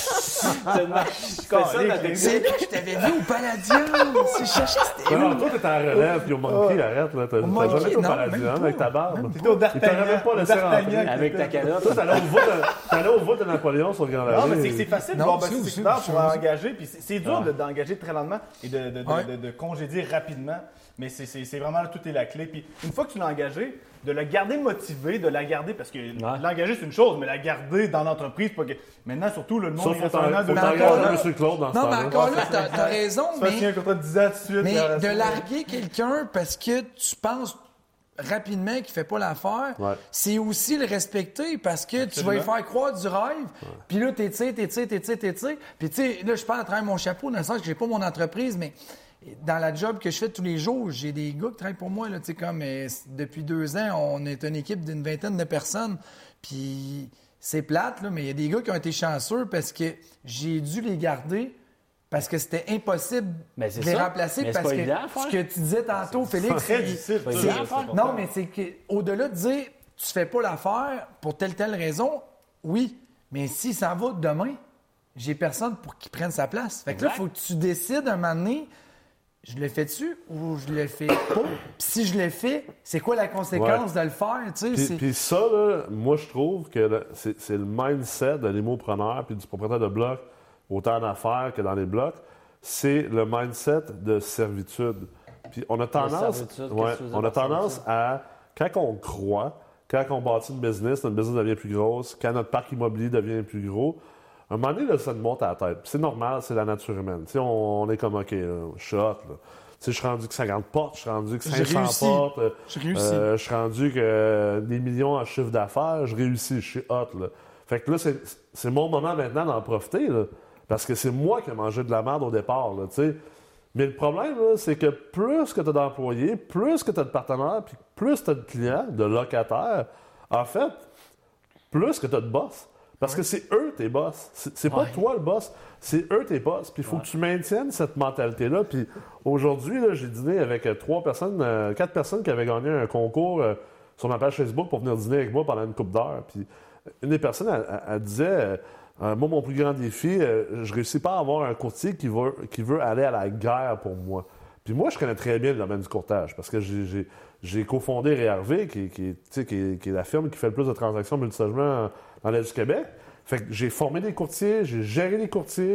C'est là que je t'avais vu au Palladium. Si je cherchais, c'était Non, où? toi, t'étais en relève, puis au Monkey, arrête, là. T'as Monkey, jamais été au non, Palladium même pas. avec ta barbe. T'étais au Il t'aurait D'Artagnan. même pas laissé rentrer. Avec ta calotte. Toi, t'allais au vote de Napoléon sur le Grand Non, Allée. mais c'est facile de Non, voir c'est baisser aussi, ses critères c'est pour aussi. engager. Puis c'est dur d'engager très lentement et de congédier rapidement. Mais c'est vraiment là, tout est la clé. Puis une fois que tu l'as engagé, de le garder motivé, de la garder, parce que l'engager c'est une chose, mais la garder dans l'entreprise, pas que. Maintenant, surtout, le monde, Ça, il faut reste un an, 2 ans. t'engager M. Claude dans ce Non, mais temps-là. encore là, t'as raison, Tu vas signer un mais, contrat de 10 ans tout de suite. mais là, de ça. larguer quelqu'un parce que tu penses rapidement qu'il fait pas l'affaire, Ouais. c'est aussi le respecter parce que tu vas lui faire croire du rêve, puis là, t'étires. Puis tu sais, là, je parle à travers mon chapeau, dans le sens que j'ai pas mon entreprise, mais dans la job que je fais tous les jours, j'ai des gars qui travaillent pour moi, là, tu sais, comme depuis 2 ans, on est une équipe d'une 20aine de personnes, puis c'est plate, là, mais il y a des gars qui ont été chanceux parce que j'ai dû les garder parce que c'était impossible Mais c'est de les ça. remplacer Mais c'est parce pas que évident à faire. ce que tu disais tantôt, Félix, Très il- difficile. pas ça. évident à C'est faire. pas non, mais c'est qu'au-delà de dire tu fais pas l'affaire pour telle raison, oui, mais s'il s'en va demain, j'ai personne pour qu'il prenne sa place. Fait que là, il faut que tu décides un moment donné, je le fais-tu ou je le fais pas? Puis si je le fais, c'est quoi la conséquence de le faire? Tu sais, c'est- Puis ça, là, moi, je trouve que c'est le mindset de l'émopreneur puis du propriétaire de bloc, autant en affaires que dans les blocs, c'est le mindset de servitude. Puis on a tendance, servitude, ouais, qu'est-ce que tu veux dire on a par tendance à, quand on croit, quand on bâtit une business, notre business devient plus grosse, quand notre parc immobilier devient plus gros, à un moment donné, là, ça nous monte à la tête. Puis c'est normal, c'est la nature humaine. Tu sais, on est comme, OK, là, je suis hot, là. Tu sais, je suis rendu que 50 portes, je suis rendu que J'ai 500 réussi. portes. J'ai réussi. Je suis rendu que des millions en chiffre d'affaires, je réussis, je suis hot, là. Fait que là, c'est mon moment maintenant d'en profiter, là. Parce que c'est moi qui ai mangé de la merde au départ, là, tu sais. Mais le problème, là, c'est que plus que tu as d'employés, plus que tu as de partenaires, puis plus tu as de clients, de locataires, en fait, plus que tu as de boss. Parce que c'est eux tes boss. C'est pas toi le boss, c'est eux tes boss. Puis il faut que tu maintiennes cette mentalité-là. Puis aujourd'hui, là, j'ai dîné avec 4 personnes qui avaient gagné un concours sur ma page Facebook pour venir dîner avec moi pendant une couple d'heures. Puis une des personnes, elle disait moi, mon plus grand défi, je réussis pas à avoir un courtier qui veut aller à la guerre pour moi. Puis moi, je connais très bien le domaine du courtage parce que j'ai cofondé RERV, qui est la firme qui fait le plus de transactions multilogements dans l'Est du Québec. Fait que j'ai formé des courtiers, j'ai géré des courtiers,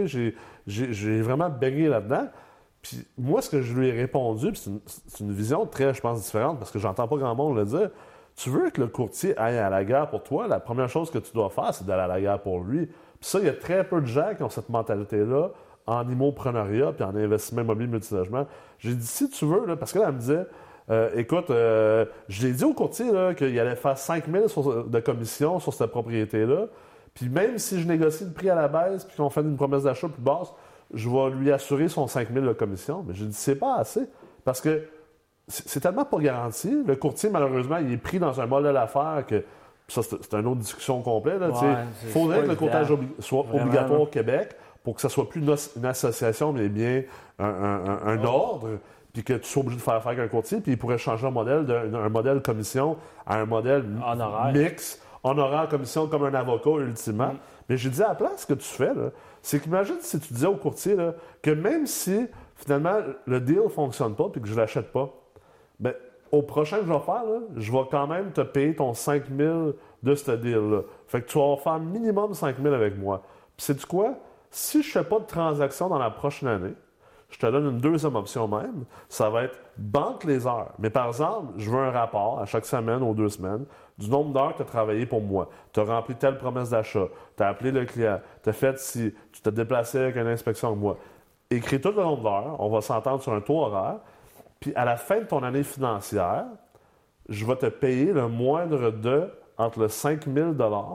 j'ai vraiment baigné là-dedans. Puis moi, ce que je lui ai répondu, puis c'est une vision très, je pense, différente parce que j'entends pas grand monde le dire. Tu veux que le courtier aille à la guerre pour toi, la première chose que tu dois faire, c'est d'aller à la guerre pour lui. Puis ça, il y a très peu de gens qui ont cette mentalité-là en immoprenariat puis en investissement immobilier multilogement. J'ai dit, si tu veux, là, parce que là, elle me disait, écoute, je l'ai dit au courtier là, qu'il allait faire 5 000 de commission sur cette propriété-là. Puis même si je négocie le prix à la baisse puis qu'on fait une promesse d'achat plus basse, je vais lui assurer son 5 000 de commission. Mais j'ai dit, c'est pas assez. Parce que c'est tellement pas garanti. Le courtier, malheureusement, il est pris dans un modèle d'affaires que... Ça, c'est une autre discussion complète. Il faudrait que le courtage soit obligatoire au Québec pour que ça soit plus une association, mais bien un ordre, puis que tu sois obligé de faire affaire avec un courtier, puis il pourrait changer un modèle d'un modèle commission à un modèle mix, honoraire commission comme un avocat, ultimement. Mais j'ai dit à la place, ce que tu fais, là, c'est qu'imagine si tu disais au courtier là, que même si, finalement, le deal ne fonctionne pas puis que je ne l'achète pas, ben, au prochain que je vais faire, là, je vais quand même te payer ton 5 000 de ce deal-là. Fait que tu vas faire minimum 5 000 avec moi. Puis sais-tu quoi? Si je ne fais pas de transaction dans la prochaine année, je te donne une deuxième option même. Ça va être banque les heures. Mais par exemple, je veux un rapport à chaque semaine ou 2 semaines du nombre d'heures que tu as travaillé pour moi. Tu as rempli telle promesse d'achat. Tu as appelé le client. Tu as fait si tu t'es déplacé avec une inspection avec moi. Écris tout le nombre d'heures. On va s'entendre sur un taux horaire. Puis à la fin de ton année financière, je vais te payer le moindre de entre le 5 000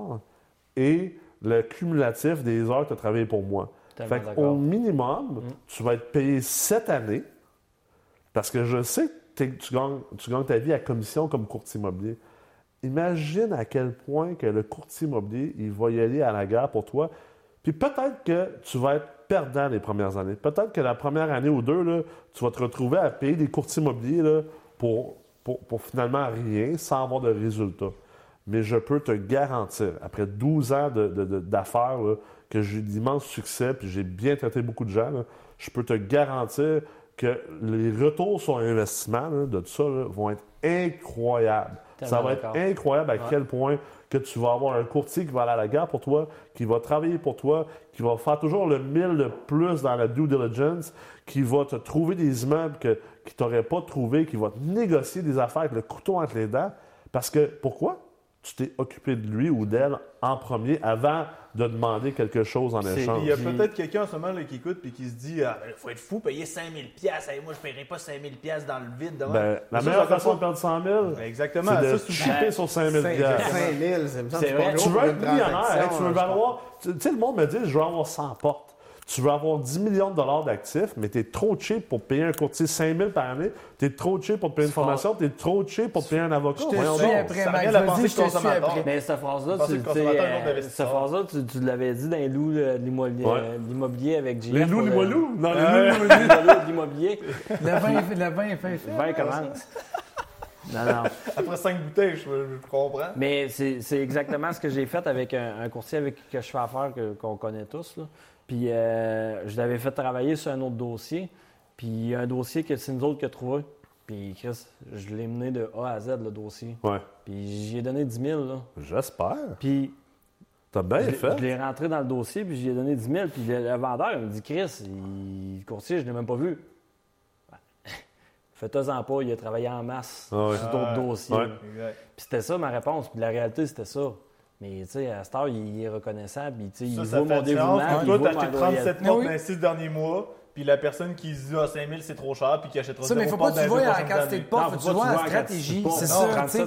et le cumulatif des heures que tu as travaillé pour moi. Fait qu'au minimum, tu vas être payé cette année, Parce que je sais que tu gagnes ta vie à commission comme courtier immobilier. Imagine à quel point que le courtier immobilier, il va y aller à la guerre pour toi. Puis peut-être que tu vas être perdant les premières années. Peut-être que la première année ou deux, là, tu vas te retrouver à payer des courtiers immobiliers là, pour finalement rien, sans avoir de résultats. Mais je peux te garantir, après 12 ans d'affaires, là, que j'ai eu d'immenses succès, puis j'ai bien traité beaucoup de gens, là, je peux te garantir que les retours sur investissement là, de tout ça là, vont être incroyables. Ça va être incroyable à quel point que tu vas avoir un courtier qui va aller à la guerre pour toi, qui va travailler pour toi, qui va faire toujours le 1000 de plus dans la due diligence, qui va te trouver des immeubles qu'il t'aurait pas trouvé, qui va te négocier des affaires avec le couteau entre les dents. Parce que, pourquoi? Tu t'es occupé de lui ou d'elle en premier avant de demander quelque chose en échange. Il y a peut-être quelqu'un en ce moment là, qui écoute et qui se dit il faut être fou, payer 5 000 $. Moi, je ne paierai pas 5 000 $ dans le vide. Ben, la meilleure façon de perdre 100 000, exactement, c'est de chipper sur 5 000 $. 5 000, c'est vrai. Tu veux être millionnaire, tu veux valoir... Tu sais, le monde me dit, je veux avoir 100 portes. Tu veux avoir 10 millions de dollars d'actifs, mais tu es trop cheap pour payer un courtier 5 000 par année. Tu es trop cheap pour te payer une formation. Tu es trop cheap pour te payer un avocat. Je te suis après, Max. Vas-y, je te suis après. Mais cette phrase-là, tu l'avais dit dans les loups de l'immobilier avec JF. Les loups, les moilous? Non, les loups, de l'immobilier. Le vin est fait. Le vin commence. Non. Après 5 bouteilles, je comprends. Mais c'est exactement ce que j'ai fait avec un courtier avec qui je fais affaire, qu'on connaît tous, là. Puis je l'avais fait travailler sur un autre dossier. Puis un dossier que c'est nous autres qui a trouvé. Puis Chris, je l'ai mené de A à Z, le dossier. Ouais. Puis j'y ai donné 10 000. Là. J'espère. Puis t'as bien fait. Je l'ai rentré dans le dossier, puis j'y ai donné 10 000. Puis le vendeur, il me dit, Chris, le courtier, je ne l'ai même pas vu. Faites-en pas, il a travaillé en masse sur d'autres dossiers. Ouais. Puis c'était ça ma réponse. Puis la réalité, c'était ça. Mais tu sais, à cette heure, il est reconnaissable. Il voit mon dévouement. Toi, t'as acheté 37 portes dans les 6 derniers mois, puis la personne qui se dit 5 000 c'est trop cher, puis qui achètera ça, mais il ne faut pas que tu vois la quantité de portes, il faut que tu vois la stratégie. C'est ça.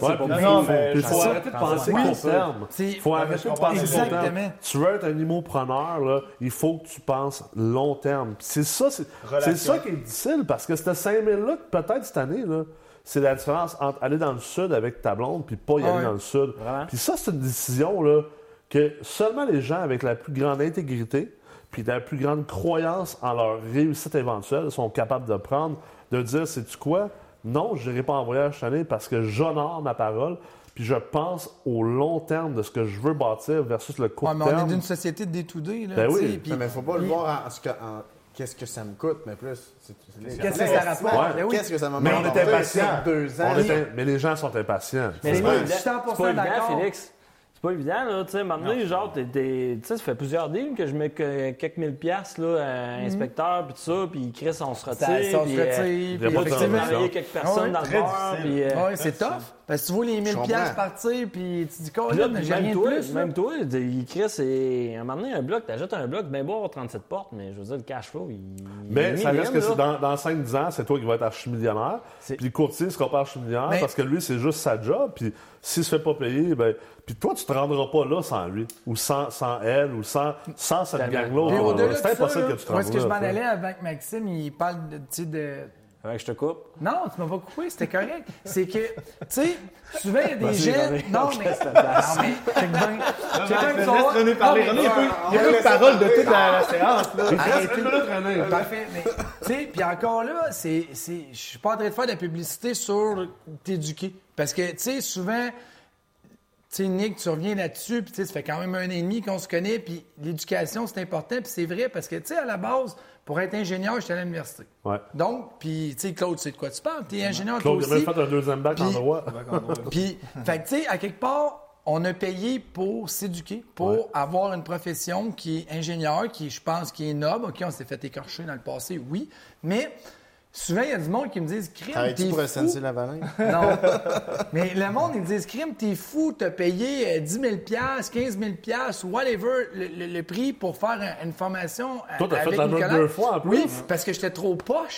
Il faut arrêter de penser court terme. Il faut arrêter de penser court terme. Tu veux être un immopreneur, là, il faut que tu penses long terme. C'est ça qui est difficile, parce que ce 5 000-là, peut-être cette année, là, c'est la différence entre aller dans le sud avec ta blonde puis pas y aller dans le sud. Puis ça, c'est une décision là, que seulement les gens avec la plus grande intégrité puis la plus grande croyance en leur réussite éventuelle sont capables de prendre, de dire, sais-tu quoi? Non, je n'irai pas en voyage cette année parce que j'honore ma parole puis je pense au long terme de ce que je veux bâtir versus le court terme. On est d'une société de day-to-day. Ben oui. Mais il ne faut pas le voir en qu'est-ce que ça me coûte, mais plus. Qu'est-ce que ça rapporte? Qu'est-ce que ça m'a Mais on est impatients. 2 ans. Mais les gens sont impatients. Mais c'est pas évident, d'accord. Félix. C'est pas évident, là. Tu sais, maintenant, genre, tu sais, ça fait plusieurs deals que je mets quelques mille piastres, là, à inspecteur, puis tout ça, puis Chris, on se retire. On se retire. Puis là, tu sais, travailler quelques personnes dans le bar. Oui, c'est tough. Parce que tu vois les 1000 piastres partir, puis tu dis, j'ai rien de plus. Même toi, Chris, à un moment donné, un bloc, t'achètes un bloc, bien beau avoir 37 portes, mais je veux dire, le cash flow, Mais ça reste que dans 5-10 ans, c'est toi qui vas être archi-millionnaire. Puis le courtier ne sera pas archi-millionnaire parce que lui, c'est juste sa job. Puis s'il se fait pas payer, ben, puis toi, tu te rendras pas là sans lui, ou sans elle, ou sans cette gang-là. C'est impossible que tu te rendes là. Est-ce que je m'en allais avec Maxime, il parle de... Avec je te coupe? Non, tu m'as pas coupé, c'était correct. C'est que, tu sais, souvent, il y a des gens... Non, mais check bien. René parler. René, il y a une parole de toute la séance. Arrêtez. Parfait. Mais, tu sais, puis encore là, je suis pas en train de faire de la publicité sur t'éduquer. Parce que, tu sais, souvent... Tu sais, Nick, tu reviens là-dessus, puis tu sais, ça fait quand même 1 an et demi qu'on se connaît, puis l'éducation, c'est important, puis c'est vrai, parce que, tu sais, à la base, pour être ingénieur, j'étais à l'université. Ouais. Donc, puis, tu sais, Claude, c'est de quoi tu parles? T'es ingénieur, Claude, toi aussi. Claude, il a même fait un 2e bac en droit. Puis, fait que, tu sais, à quelque part, on a payé pour s'éduquer, pour avoir une profession qui est ingénieur, qui, je pense, qui est noble. OK, on s'est fait écorcher dans le passé, oui, mais... Souvent, il y a du monde qui me disent « Crime, t'es fou. » Lavalin? Non. Mais le monde, ils me disent « Crime, t'es fou, t'as payé 10 000 $, 15 000 $, whatever, le prix pour faire une formation Toi, t'as avec fait la Nicolas. 2 fois en plus. Oui, parce que j'étais trop poche.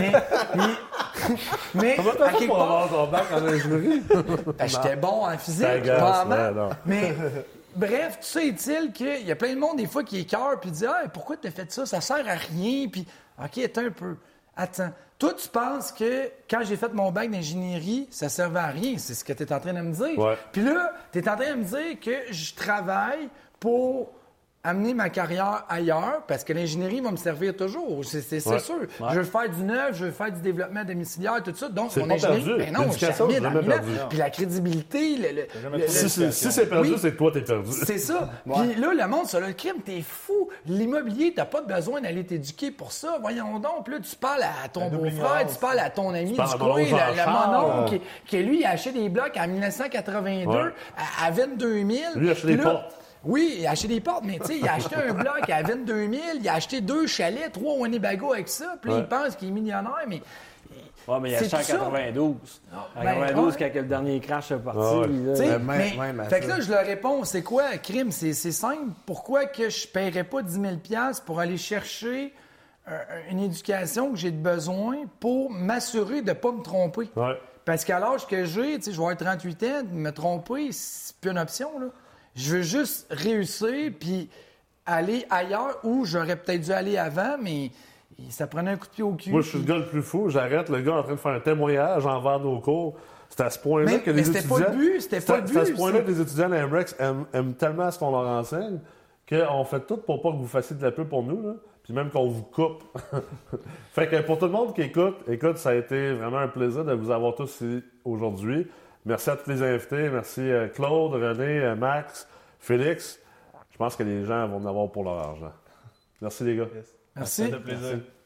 mais comment t'as à fait quelque pour part... avoir ton bac en ingénierie? J'étais bon en physique, pas en maths. Mais... Bref, tout ça est-il qu'il y a plein de monde, des fois, qui écœure puis dit « Ah, pourquoi t'as fait ça? Ça sert à rien. » Puis, OK, attends un peu. Attends, Toi, tu penses que quand j'ai fait mon bac d'ingénierie, ça servait à rien. C'est ce que tu es en train de me dire. Ouais. Puis là, tu es en train de me dire que je travaille pour amener ma carrière ailleurs parce que l'ingénierie va me servir toujours. C'est Ouais. sûr. Ouais. Je veux faire du neuf, je veux faire du développement domiciliaire, tout ça. Donc, C'est mon pas ingénierie, perdu. ben non, L'éducation, jamais c'est dans jamais 1000 ans. perdu. Puis la crédibilité, Si c'est perdu, Oui. c'est que toi, t'es perdu. c'est ça. Puis là, le monde, ça, le crime, t'es fou. L'immobilier, t'as pas besoin d'aller t'éduquer pour ça. Voyons donc. Puis là, tu parles à ton La double beau-frère, ignorance. tu parles à ton ami du parles à mon coin, oncle le Jean-Charles. mononcle, qui lui, il a acheté des blocs en 1982 Ouais. à 22 000. Lui, il a acheté Puis des là, portes. Oui, il a acheté des portes, mais tu sais, il a acheté un bloc à 22 000, il a acheté 2 chalets, 3 Winnebago avec ça, puis là, Ouais. il pense qu'il est millionnaire, mais... Ouais, mais il a C'est acheté en tout ça. 92. En Ben, 92, ouais. quand le dernier crash est parti. Ah ouais. là, Tu sais, mais fait que ça. là, je leur réponds, c'est quoi, crime? C'est simple. Pourquoi que je ne paierais pas 10 000 $ pour aller chercher une éducation que j'ai besoin pour m'assurer de ne pas me tromper? Ouais. Parce qu'à l'âge que j'ai, tu sais, je vais avoir 38 ans, me tromper, c'est plus une option, là. Je veux juste réussir, puis aller ailleurs où j'aurais peut-être dû aller avant, mais ça prenait un coup de pied au cul. Moi, je suis le gars le plus fou. J'arrête le gars en train de faire un témoignage envers nos cours. C'est à ce point-là que Mais les c'était étudiants... pas le but, c'était pas le C'est à ce but, point-là ça. que les étudiants de l'Amrex aiment tellement ce qu'on leur enseigne qu'on fait tout pour pas que vous fassiez de la pub pour nous, là. Puis même qu'on vous coupe. Fait que pour tout le monde qui écoute, ça a été vraiment un plaisir de vous avoir tous ici aujourd'hui. Merci à tous les invités. Merci Claude, René, Max, Félix. Je pense que les gens vont en avoir pour leur argent. Merci les gars. Merci. Ça fait plaisir.